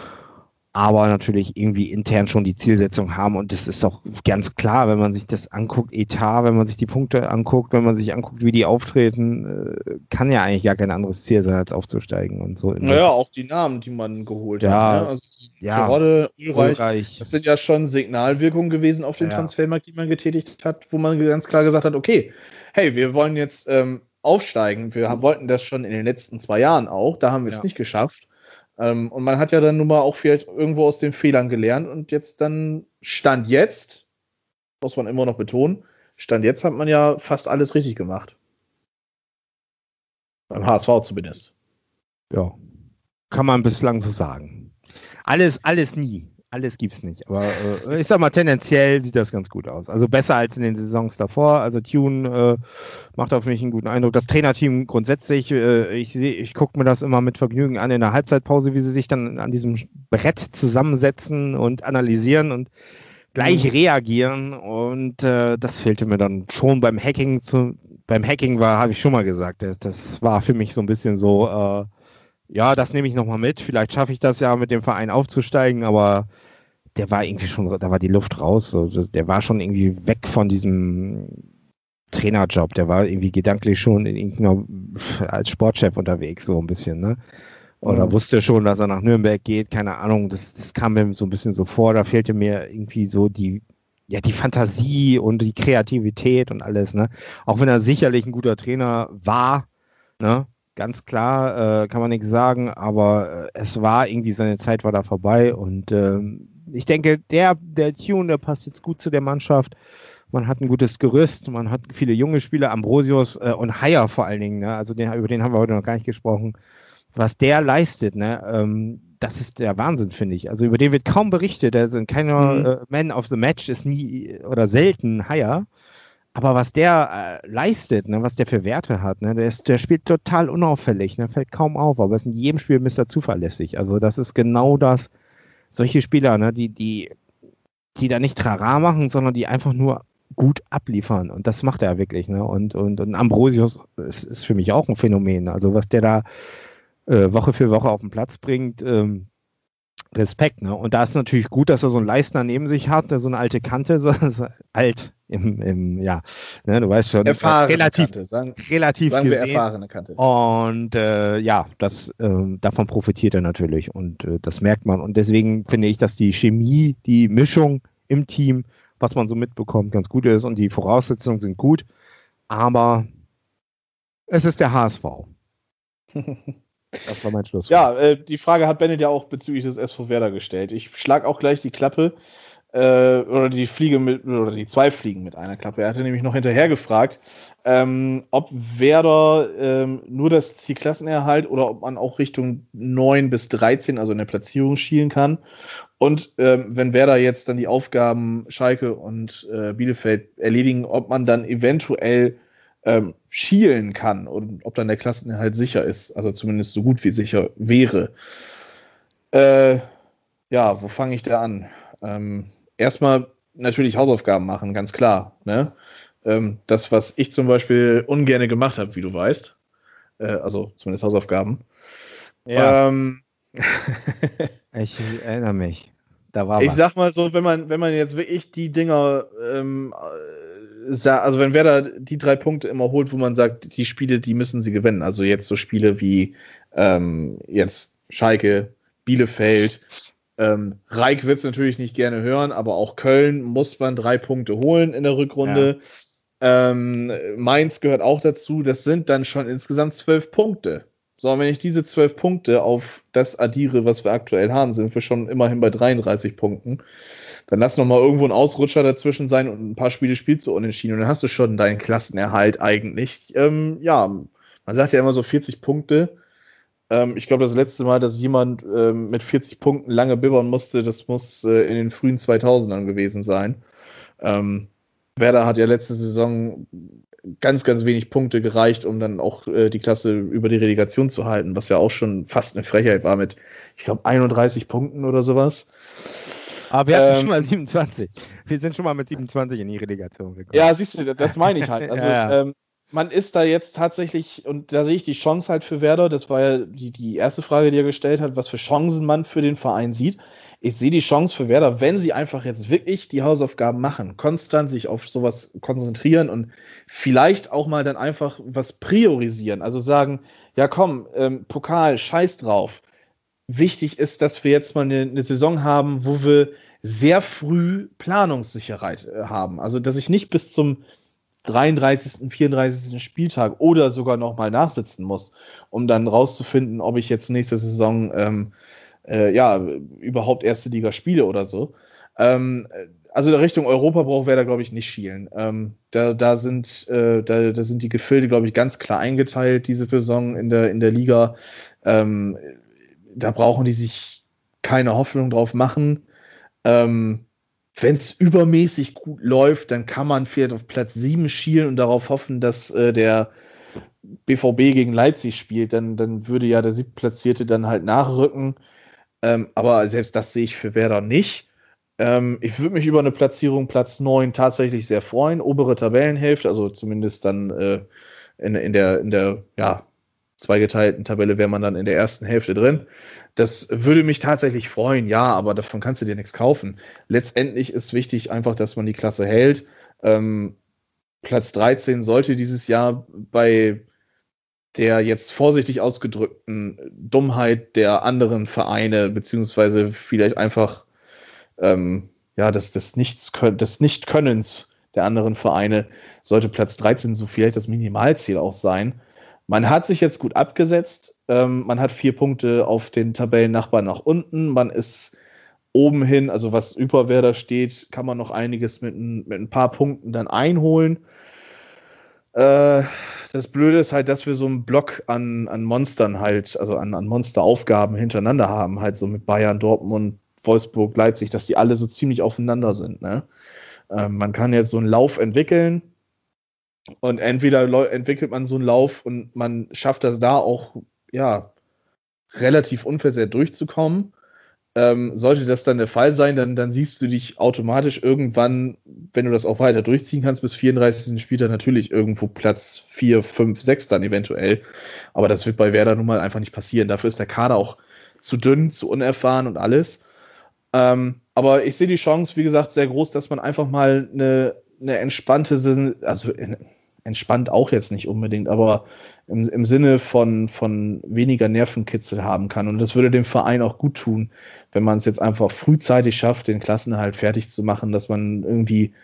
Aber natürlich irgendwie intern schon die Zielsetzung haben. Und das ist auch ganz klar, wenn man sich das anguckt, Etat, wenn man sich die Punkte anguckt, wenn man sich anguckt, wie die auftreten, äh, kann ja eigentlich gar kein anderes Ziel sein, als aufzusteigen und so. Naja, auch die Namen, die man geholt ja, hat. Ne? Also ja, Terodde, Ulreich, Ulreich, das sind ja schon Signalwirkungen gewesen auf den ja. Transfermarkt, die man getätigt hat, wo man ganz klar gesagt hat, okay, hey, wir wollen jetzt ähm, aufsteigen. Wir haben, wollten das schon in den letzten zwei Jahren auch, da haben wir es ja. nicht geschafft. Ähm, und man hat ja dann nun mal auch vielleicht irgendwo aus den Fehlern gelernt und jetzt dann, Stand jetzt, muss man immer noch betonen, Stand jetzt hat man ja fast alles richtig gemacht. Beim H S V zumindest. Ja, kann man bislang so sagen. Alles, alles nie. Alles gibt's nicht. Aber äh, ich sag mal, tendenziell sieht das ganz gut aus. Also besser als in den Saisons davor. Also Tune äh, macht auf mich einen guten Eindruck. Das Trainerteam grundsätzlich, äh, ich sehe, ich gucke mir das immer mit Vergnügen an in der Halbzeitpause, wie sie sich dann an diesem Brett zusammensetzen und analysieren und gleich mhm. reagieren. Und äh, das fehlte mir dann schon beim Hacking. Zu, beim Hacking war, habe ich schon mal gesagt, das, das war für mich so ein bisschen so, äh, ja, das nehme ich nochmal mit. Vielleicht schaffe ich das ja mit dem Verein aufzusteigen, aber der war irgendwie schon, da war die Luft raus. Also der war schon irgendwie weg von diesem Trainerjob. Der war irgendwie gedanklich schon in irgendeiner, als Sportchef unterwegs, so ein bisschen, ne? Oder mhm. wusste schon, dass er nach Nürnberg geht, keine Ahnung. Das, das kam mir so ein bisschen so vor. Da fehlte mir irgendwie so die, ja, die Fantasie und die Kreativität und alles, ne? Auch wenn er sicherlich ein guter Trainer war, ne? Ganz klar, äh, kann man nichts sagen, aber äh, es war irgendwie, seine Zeit war da vorbei und ähm, ich denke, der, der Tune, der passt jetzt gut zu der Mannschaft. Man hat ein gutes Gerüst, man hat viele junge Spieler, Ambrosius äh, und Haier vor allen Dingen, ne? Also den, über den haben wir heute noch gar nicht gesprochen. Was der leistet, ne? Ähm, das ist der Wahnsinn, finde ich. Also über den wird kaum berichtet. Der sind keiner mhm. äh, Man of the Match, ist nie oder selten Haier. Aber was der äh, leistet, ne, was der für Werte hat, ne, der, ist, der spielt total unauffällig, ne, fällt kaum auf, aber ist in jedem Spiel Mister zuverlässig. Also das ist genau das, solche Spieler, ne, die, die, die da nicht Trara machen, sondern die einfach nur gut abliefern. Und das macht er wirklich. Ne? Und, und, und Ambrosius ist, ist für mich auch ein Phänomen. Also was der da äh, Woche für Woche auf den Platz bringt, ähm, Respekt, ne? Und da ist natürlich gut, dass er so einen Leistner neben sich hat, der so eine alte Kante, so, so alt im, im, ja, ne, du weißt schon, erfahrene relativ, Kante, sagen, relativ sagen wir gesehen. erfahrene Kante. Und äh, ja, das, äh, davon profitiert er natürlich und äh, das merkt man. Und deswegen finde ich, dass die Chemie, die Mischung im Team, was man so mitbekommt, ganz gut ist und die Voraussetzungen sind gut, aber es ist der H S V. Das war mein Schluss. Ja, äh, die Frage hat Bennett ja auch bezüglich des S V Werder gestellt. Ich schlage auch gleich die Klappe äh, oder die Fliege mit, oder die zwei Fliegen mit einer Klappe. Er hatte nämlich noch hinterher gefragt, ähm, ob Werder ähm, nur das Ziel Klassenerhalt oder ob man auch Richtung neun bis dreizehn, also in der Platzierung, schielen kann. Und ähm, wenn Werder jetzt dann die Aufgaben Schalke und äh, Bielefeld erledigen, ob man dann eventuell Ähm, schielen kann und ob dann der Klassenerhalt sicher ist, also zumindest so gut wie sicher wäre. Äh, ja, wo fange ich da an? Ähm, erstmal natürlich Hausaufgaben machen, ganz klar. Ne? Ähm, das, was ich zum Beispiel ungerne gemacht habe, wie du weißt. Äh, also zumindest Hausaufgaben. Ja. Ähm, ich erinnere mich. Da war ich was. sag mal so, wenn man, wenn man jetzt wirklich die Dinger ähm, also wenn Werder die drei Punkte immer holt, wo man sagt, die Spiele, die müssen sie gewinnen. Also jetzt so Spiele wie ähm, jetzt Schalke, Bielefeld, ähm, Reik wird es natürlich nicht gerne hören, aber auch Köln muss man drei Punkte holen in der Rückrunde. Ja. Ähm, Mainz gehört auch dazu. Das sind dann schon insgesamt zwölf Punkte. So, und wenn ich diese zwölf Punkte auf das addiere, was wir aktuell haben, sind wir schon immerhin bei dreiunddreißig Punkten. Dann lass noch mal irgendwo ein Ausrutscher dazwischen sein und ein paar Spiele spielst du unentschieden und dann hast du schon deinen Klassenerhalt eigentlich. Ähm, ja, man sagt ja immer so vierzig Punkte. Ähm, ich glaube, das letzte Mal, dass jemand ähm, mit vierzig Punkten lange bibbern musste, das muss äh, in den frühen zweitausendern gewesen sein. Ähm, Werder hat ja letzte Saison ganz, ganz wenig Punkte gereicht, um dann auch äh, die Klasse über die Relegation zu halten, was ja auch schon fast eine Frechheit war mit, ich glaube, einunddreißig Punkten oder sowas. Aber wir hatten ähm, schon mal siebenundzwanzig. Wir sind schon mal mit siebenundzwanzig in die Relegation gekommen. Ja, siehst du, das meine ich halt. Also ja, ja. Ähm, man ist da jetzt tatsächlich, und da sehe ich die Chance halt für Werder, das war ja die, die erste Frage, die er gestellt hat, was für Chancen man für den Verein sieht. Ich sehe die Chance für Werder, wenn sie einfach jetzt wirklich die Hausaufgaben machen, konstant sich auf sowas konzentrieren und vielleicht auch mal dann einfach was priorisieren. Also sagen, ja komm, ähm, Pokal, scheiß drauf. Wichtig ist, dass wir jetzt mal eine, eine Saison haben, wo wir sehr früh Planungssicherheit äh, haben. Also, dass ich nicht bis zum dreiunddreißigsten, vierunddreißigsten Spieltag oder sogar noch mal nachsitzen muss, um dann rauszufinden, ob ich jetzt nächste Saison ähm, äh, ja, überhaupt erste Liga spiele oder so. Ähm, also Richtung Europa braucht Werder, glaube ich, nicht schielen. Ähm, da, da, sind, äh, da, da sind die Gefilde, glaube ich, ganz klar eingeteilt diese Saison in der, in der Liga. Ähm, da brauchen die sich keine Hoffnung drauf machen. Ähm, Wenn es übermäßig gut läuft, dann kann man vielleicht auf Platz sieben schielen und darauf hoffen, dass äh, der B V B gegen Leipzig spielt. Dann, dann würde ja der Siebtplatzierte dann halt nachrücken. Ähm, aber selbst das sehe ich für Werder nicht. Ähm, ich würde mich über eine Platzierung Platz neun tatsächlich sehr freuen. Obere Tabellenhälfte, also zumindest dann äh, in, in der, in der ja, zweigeteilten Tabelle wäre man dann in der ersten Hälfte drin. Das würde mich tatsächlich freuen, ja, aber davon kannst du dir nichts kaufen. Letztendlich ist wichtig einfach, dass man die Klasse hält. Ähm, Platz dreizehn sollte dieses Jahr bei der jetzt vorsichtig ausgedrückten Dummheit der anderen Vereine, beziehungsweise vielleicht einfach ähm, ja, des, des, Nichts, des Nichtkönnens der anderen Vereine, sollte Platz dreizehn so vielleicht das Minimalziel auch sein. Man hat sich jetzt gut abgesetzt. Ähm, man hat vier Punkte auf den Tabellennachbarn nach unten. Man ist oben hin, also was über Werder steht, kann man noch einiges mit, mit ein paar Punkten dann einholen. Äh, das Blöde ist halt, dass wir so einen Block an, an Monstern halt, also an, an Monsteraufgaben hintereinander haben, halt so mit Bayern, Dortmund, Wolfsburg, Leipzig, dass die alle so ziemlich aufeinander sind. Ne? Ähm, man kann jetzt so einen Lauf entwickeln und entweder leu- entwickelt man so einen Lauf und man schafft das da auch, ja, relativ unversehrt durchzukommen. Ähm, sollte das dann der Fall sein, dann, dann siehst du dich automatisch irgendwann, wenn du das auch weiter durchziehen kannst, bis vierunddreißigsten Spieltag natürlich irgendwo Platz vier, fünf, sechs dann eventuell. Aber das wird bei Werder nun mal einfach nicht passieren. Dafür ist der Kader auch zu dünn, zu unerfahren und alles. Ähm, aber ich sehe die Chance, wie gesagt, sehr groß, dass man einfach mal eine, eine entspannte, Sinn, also entspannt auch jetzt nicht unbedingt, aber im, im Sinne von, von weniger Nervenkitzel haben kann. Und das würde dem Verein auch gut tun, wenn man es jetzt einfach frühzeitig schafft, den Klassenerhalt fertig zu machen, dass man irgendwie,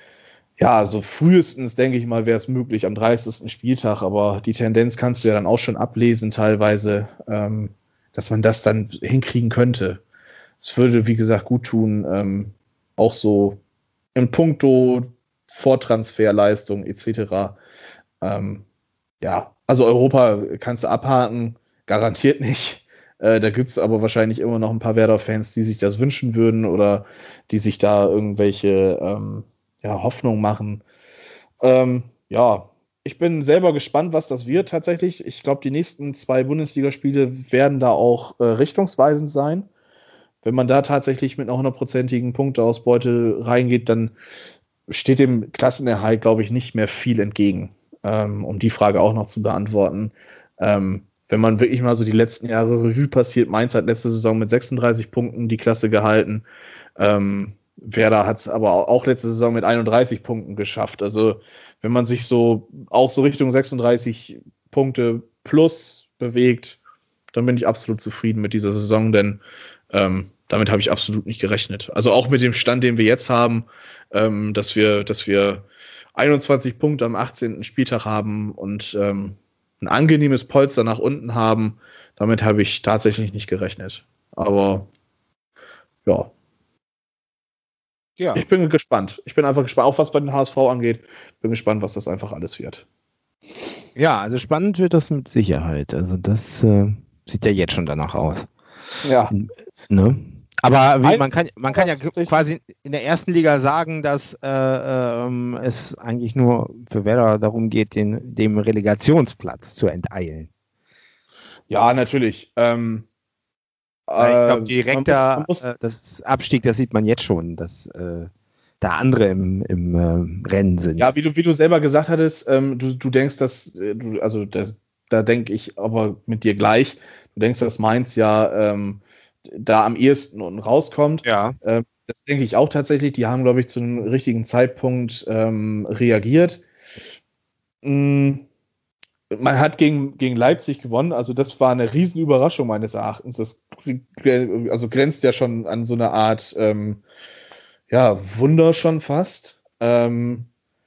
ja, so frühestens, denke ich mal, wäre es möglich am dreißigsten Spieltag, aber die Tendenz kannst du ja dann auch schon ablesen teilweise, ähm, dass man das dann hinkriegen könnte. Es würde, wie gesagt, gut tun, ähm, auch so in puncto Vortransferleistung et cetera. Ähm, ja, also Europa kannst du abhaken, garantiert nicht. Äh, da gibt es aber wahrscheinlich immer noch ein paar Werder-Fans, die sich das wünschen würden oder die sich da irgendwelche ähm, ja, Hoffnung machen. Ähm, ja, ich bin selber gespannt, was das wird tatsächlich. Ich glaube, die nächsten zwei Bundesligaspiele werden da auch äh, richtungsweisend sein. Wenn man da tatsächlich mit einer hundertprozentigen Punkteausbeute reingeht, dann steht dem Klassenerhalt, glaube ich, nicht mehr viel entgegen, ähm, um die Frage auch noch zu beantworten. Ähm, wenn man wirklich mal so die letzten Jahre Revue passiert, Mainz hat letzte Saison mit sechsunddreißig Punkten die Klasse gehalten. Ähm, Werder hat es aber auch letzte Saison mit einunddreißig Punkten geschafft. Also wenn man sich so auch so Richtung sechsunddreißig Punkte plus bewegt, dann bin ich absolut zufrieden mit dieser Saison, denn ähm, damit habe ich absolut nicht gerechnet. Also auch mit dem Stand, den wir jetzt haben, ähm, dass wir, dass wir einundzwanzig Punkte am achtzehnten Spieltag haben und ähm, ein angenehmes Polster nach unten haben, damit habe ich tatsächlich nicht gerechnet. Aber ja. Ja. Ich bin gespannt. Ich bin einfach gespannt, auch was bei den H S V angeht. Bin gespannt, was das einfach alles wird. Ja, also spannend wird das mit Sicherheit. Also das äh, sieht ja jetzt schon danach aus. Ja. Ne? Aber wie, Eins- man kann, man kann ja tatsächlich- quasi in der ersten Liga sagen, dass äh, ähm, es eigentlich nur für Werder darum geht, den, dem Relegationsplatz zu enteilen. Ja, natürlich. Ähm, Weil ich glaube, äh, direkter man muss, man muss, äh, das Abstieg, das sieht man jetzt schon, dass äh, da andere im, im äh, Rennen sind. Ja, wie du, wie du selber gesagt hattest, ähm, du, du denkst, dass, äh, du, also das, da denke ich aber mit dir gleich, du denkst, dass Mainz ja ähm, da am ehesten unten rauskommt. Ja. Ähm, das denke ich auch tatsächlich. Die haben, glaube ich, zu einem richtigen Zeitpunkt ähm, reagiert. Mm, man hat gegen, gegen Leipzig gewonnen, also das war eine Riesenüberraschung meines Erachtens. Das also grenzt ja schon an so eine Art ähm, ja, Wunder schon fast. Ähm,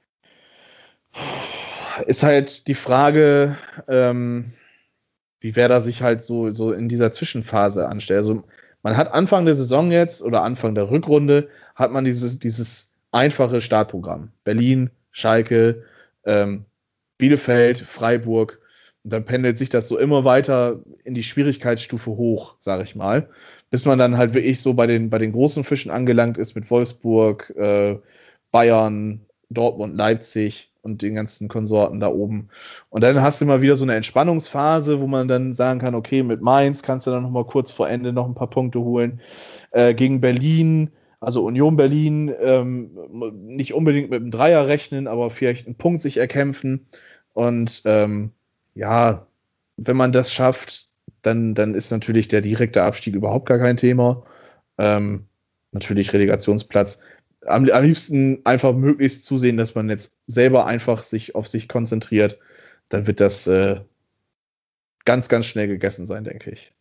ist halt die Frage, ähm, wie Werder sich halt so, so in dieser Zwischenphase anstellt. Also man hat Anfang der Saison jetzt oder Anfang der Rückrunde hat man dieses, dieses einfache Startprogramm. Berlin, Schalke, ähm, Bielefeld, Freiburg. Und dann pendelt sich das so immer weiter in die Schwierigkeitsstufe hoch, sage ich mal. Bis man dann halt wirklich so bei den, bei den großen Fischen angelangt ist mit Wolfsburg, äh, Bayern, Dortmund, Leipzig und den ganzen Konsorten da oben. Und dann hast du mal wieder so eine Entspannungsphase, wo man dann sagen kann, okay, mit Mainz kannst du dann noch mal kurz vor Ende noch ein paar Punkte holen. Äh, gegen Berlin, also Union Berlin, ähm, nicht unbedingt mit einem Dreier rechnen, aber vielleicht einen Punkt sich erkämpfen. Und ähm, ja, wenn man das schafft, dann, dann ist natürlich der direkte Abstieg überhaupt gar kein Thema. Ähm, natürlich Relegationsplatz. Am, am liebsten einfach möglichst zusehen, dass man jetzt selber einfach sich auf sich konzentriert. Dann wird das äh, ganz, ganz schnell gegessen sein, denke ich.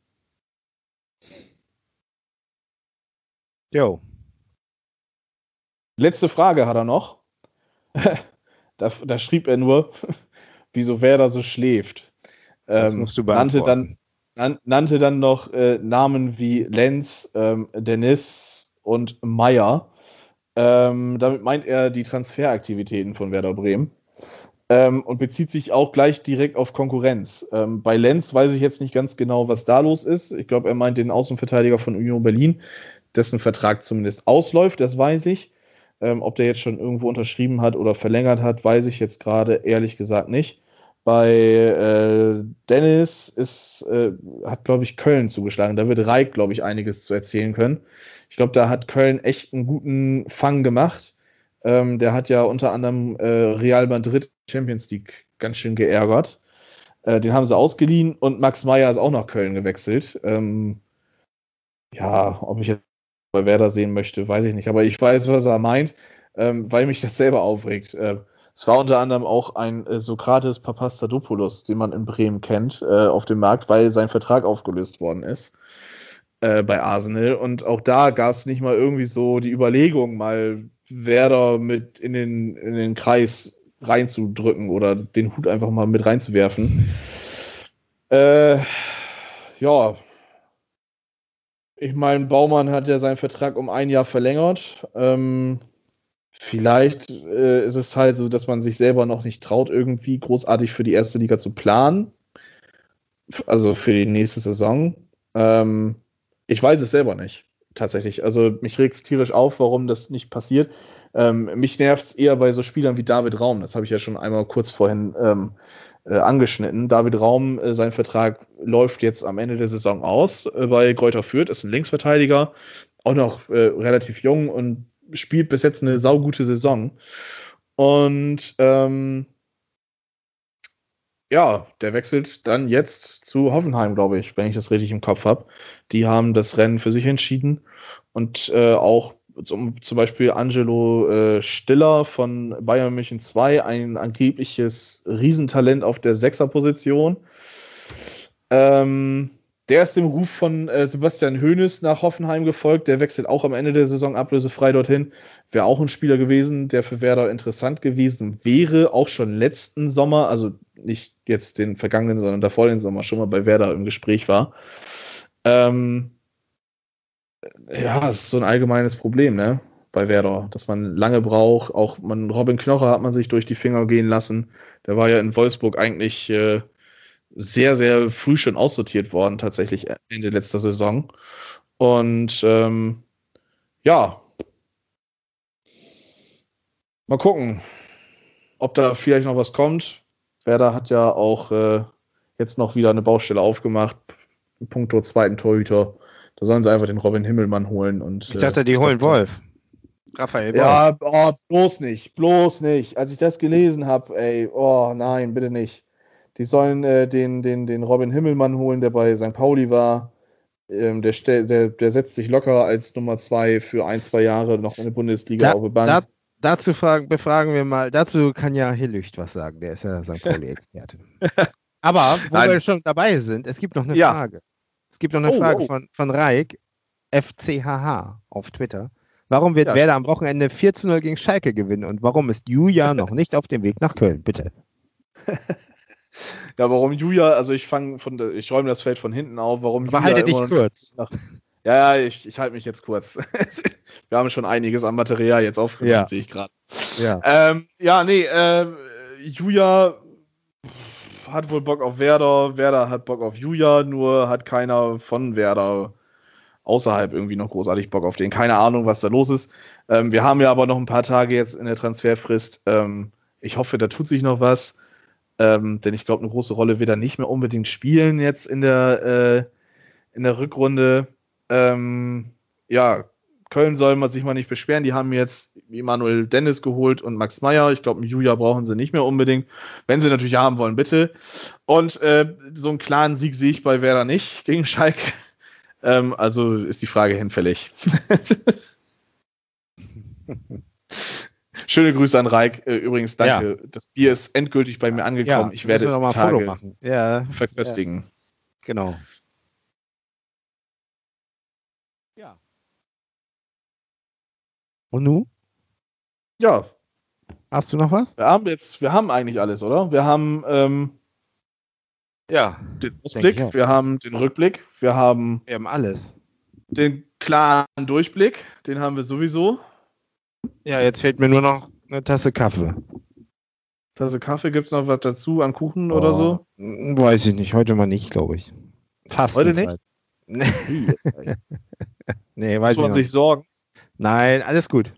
Jo. Letzte Frage hat er noch. da, da schrieb er nur, wieso Werder so schläft. Das Ähm, musst du nannte beantworten. dann, nan, nannte dann noch äh, Namen wie Lenz, ähm, Dennis und Meyer. Ähm, damit meint er die Transferaktivitäten von Werder Bremen. Ähm, und bezieht sich auch gleich direkt auf Konkurrenz. Ähm, bei Lenz weiß ich jetzt nicht ganz genau, was da los ist. Ich glaube, er meint den Außenverteidiger von Union Berlin, dessen Vertrag zumindest ausläuft, das weiß ich. Ähm, ob der jetzt schon irgendwo unterschrieben hat oder verlängert hat, weiß ich jetzt gerade ehrlich gesagt nicht. Bei äh, Dennis ist, äh, hat, glaube ich, Köln zugeschlagen. Da wird Reik, glaube ich, einiges zu erzählen können. Ich glaube, da hat Köln echt einen guten Fang gemacht. Ähm, der hat ja unter anderem äh, Real Madrid Champions League ganz schön geärgert. Äh, den haben sie ausgeliehen und Max Meyer ist auch nach Köln gewechselt. Ähm, ja, ob ich jetzt bei Werder sehen möchte, weiß ich nicht. Aber ich weiß, was er meint, ähm, weil mich das selber aufregt. Äh, es war unter anderem auch ein äh, Sokrates Papastadopoulos, den man in Bremen kennt, äh, auf dem Markt, weil sein Vertrag aufgelöst worden ist äh, bei Arsenal. Und auch da gab es nicht mal irgendwie so die Überlegung, mal Werder mit in den, in den Kreis reinzudrücken oder den Hut einfach mal mit reinzuwerfen. Äh, ja, ich meine, Baumann hat ja seinen Vertrag um ein Jahr verlängert. Ähm, vielleicht äh, ist es halt so, dass man sich selber noch nicht traut, irgendwie großartig für die erste Liga zu planen. Also für die nächste Saison. Ähm, ich weiß es selber nicht, tatsächlich. Also mich regt es tierisch auf, warum das nicht passiert. Ähm, mich nervt es eher bei so Spielern wie David Raum. Das habe ich ja schon einmal kurz vorhin ähm, äh, angeschnitten. David Raum, äh, sein Vertrag läuft jetzt am Ende der Saison aus äh, bei Greuther Fürth, ist ein Linksverteidiger, auch noch äh, relativ jung und spielt bis jetzt eine saugute Saison. Und ähm, ja, der wechselt dann jetzt zu Hoffenheim, glaube ich, wenn ich das richtig im Kopf habe. Die haben das Rennen für sich entschieden und äh, auch zum, zum Beispiel Angelo äh, Stiller von Bayern München zwei, ein angebliches Riesentalent auf der Sechserposition. Ähm, der ist dem Ruf von äh, Sebastian Hoeneß nach Hoffenheim gefolgt. Der wechselt auch am Ende der Saison ablösefrei dorthin. Wäre auch ein Spieler gewesen, der für Werder interessant gewesen wäre, auch schon letzten Sommer, also nicht jetzt den vergangenen, sondern davor den Sommer schon mal bei Werder im Gespräch war. Ähm, ja, das ist so ein allgemeines Problem, ne? Bei Werder, dass man lange braucht. Auch man, Robin Knoche hat man sich durch die Finger gehen lassen. Der war ja in Wolfsburg eigentlich äh, sehr, sehr früh schon aussortiert worden, tatsächlich Ende letzter Saison. Und ähm, ja, mal gucken, ob da vielleicht noch was kommt. Werder hat ja auch äh, jetzt noch wieder eine Baustelle aufgemacht, puncto zweiten Torhüter. Da sollen sie einfach den Robin Himmelmann holen. Und, Ich dachte, die äh, holen Wolf. Raphael Wolf. Ja, oh, bloß nicht, bloß nicht. Als ich das gelesen habe, ey, oh nein, bitte nicht. Die sollen äh, den, den, den Robin Himmelmann holen, der bei Sankt Pauli war. Ähm, der, stell, der, der setzt sich locker als Nummer zwei für ein, zwei Jahre noch in der Bundesliga Da, auf die Bank. da, dazu fragen, befragen wir mal, dazu kann ja Hillücht was sagen, der ist ja Sankt Pauli-Experte. Aber, wo Nein. wir schon dabei sind, es gibt noch eine Ja. Frage. Es gibt noch eine Oh, Frage oh. von, von Reik, F C H H auf Twitter. Warum wird Ja, Werder am Wochenende vier zu null gegen Schalke gewinnen und warum ist Julia noch nicht auf dem Weg nach Köln? Bitte. Ja, warum Julia, also ich fange von der, ich räume das Feld von hinten auf, warum Aber Julia halte dich immer noch kurz. Nach, ja, ja, ich, ich halte mich jetzt kurz. Wir haben schon einiges an Material jetzt aufgenommen, Ja. sehe ich gerade. Ja. Ähm, ja, nee, ähm, Julia hat wohl Bock auf Werder, Werder hat Bock auf Julia, nur hat keiner von Werder außerhalb irgendwie noch großartig Bock auf den. Keine Ahnung, was da los ist. Ähm, wir haben ja aber noch ein paar Tage jetzt in der Transferfrist. Ähm, ich hoffe, da tut sich noch was. Ähm, denn ich glaube, eine große Rolle wird er nicht mehr unbedingt spielen jetzt in der, äh, in der Rückrunde. Ähm, ja, Köln soll man sich mal nicht beschweren. Die haben jetzt Emanuel Dennis geholt und Max Meyer. Ich glaube, einen Julia brauchen sie nicht mehr unbedingt. Wenn sie natürlich haben wollen, bitte. Und äh, so einen klaren Sieg sehe ich bei Werder nicht gegen Schalke. Ähm, also ist die Frage hinfällig. Schöne Grüße an Raik. Äh, übrigens, danke. Ja. Das Bier ist endgültig bei mir angekommen. Ja, ich werde es noch mal Tage Foto machen. Ja, verköstigen. Ja. Genau. Ja. Und nu? Ja. Hast du noch was? Wir haben jetzt, wir haben eigentlich alles, oder? Wir haben ähm, ja, den Ausblick, wir haben den Rückblick, wir haben, wir haben alles. Den klaren Durchblick, den haben wir sowieso. Ja, jetzt fehlt mir nur noch eine Tasse Kaffee. Tasse Kaffee, gibt es noch was dazu an Kuchen oh, oder so? Weiß ich nicht, heute mal nicht, glaube ich. Fast. Heute nicht? Nee, nee, weiß Muss man ich sich nicht. sorgen? Nein, alles gut.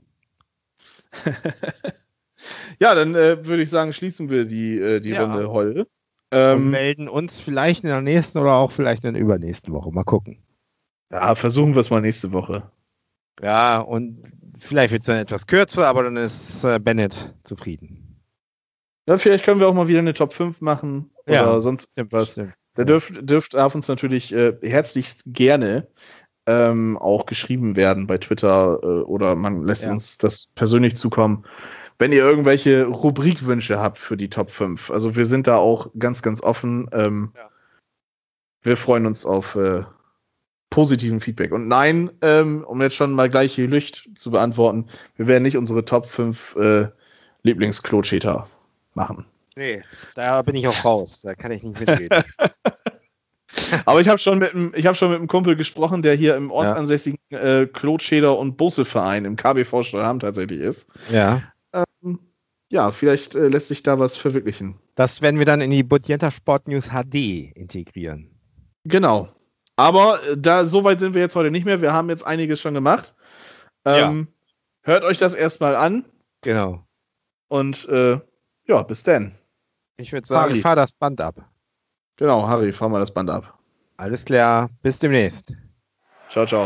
Ja, dann äh, würde ich sagen, schließen wir die, äh, die ja. Runde heute. Ähm, Und melden uns vielleicht in der nächsten oder auch vielleicht in der übernächsten Woche. Mal gucken. Ja, versuchen wir es mal nächste Woche. Ja, und vielleicht wird es dann etwas kürzer, aber dann ist äh, Bennett zufrieden. Ja, vielleicht können wir auch mal wieder eine Top fünf machen oder ja, sonst irgendwas. Stimmt. Da dürft, dürft auf uns natürlich äh, herzlichst gerne ähm, auch geschrieben werden bei Twitter äh, oder man lässt ja. uns das persönlich zukommen, wenn ihr irgendwelche Rubrikwünsche habt für die Top fünf. Also wir sind da auch ganz, ganz offen. Ähm, ja. Wir freuen uns auf äh, positiven Feedback. Und nein, ähm, um jetzt schon mal gleich die Licht zu beantworten, wir werden nicht unsere Top fünf äh, Lieblings-Klo-Cheater machen. Nee, da bin ich auch raus. Da kann ich nicht mitreden. Aber ich habe schon mit einem, ich habe schon mit einem Kumpel gesprochen, der hier im ortsansässigen äh, Klotscheder und Bose-Verein im K B V Steuerham tatsächlich ist. Ja. Ähm, ja, vielleicht äh, lässt sich da was verwirklichen. Das werden wir dann in die Budjenta Sport News H D integrieren. Genau. Aber äh, da so weit sind wir jetzt heute nicht mehr. Wir haben jetzt einiges schon gemacht. Ähm, ja. Hört euch das erstmal an. Genau. Und äh, ja, bis dann. Ich würde sagen, Harry. Ich fahre das Band ab. Genau, Harry, fahr mal das Band ab. Alles klar, bis demnächst. Ciao, ciao.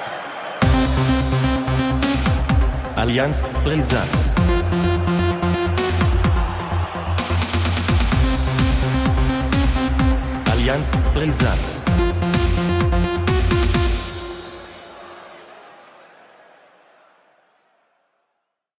Allianz Brisant. Allianz Brisant.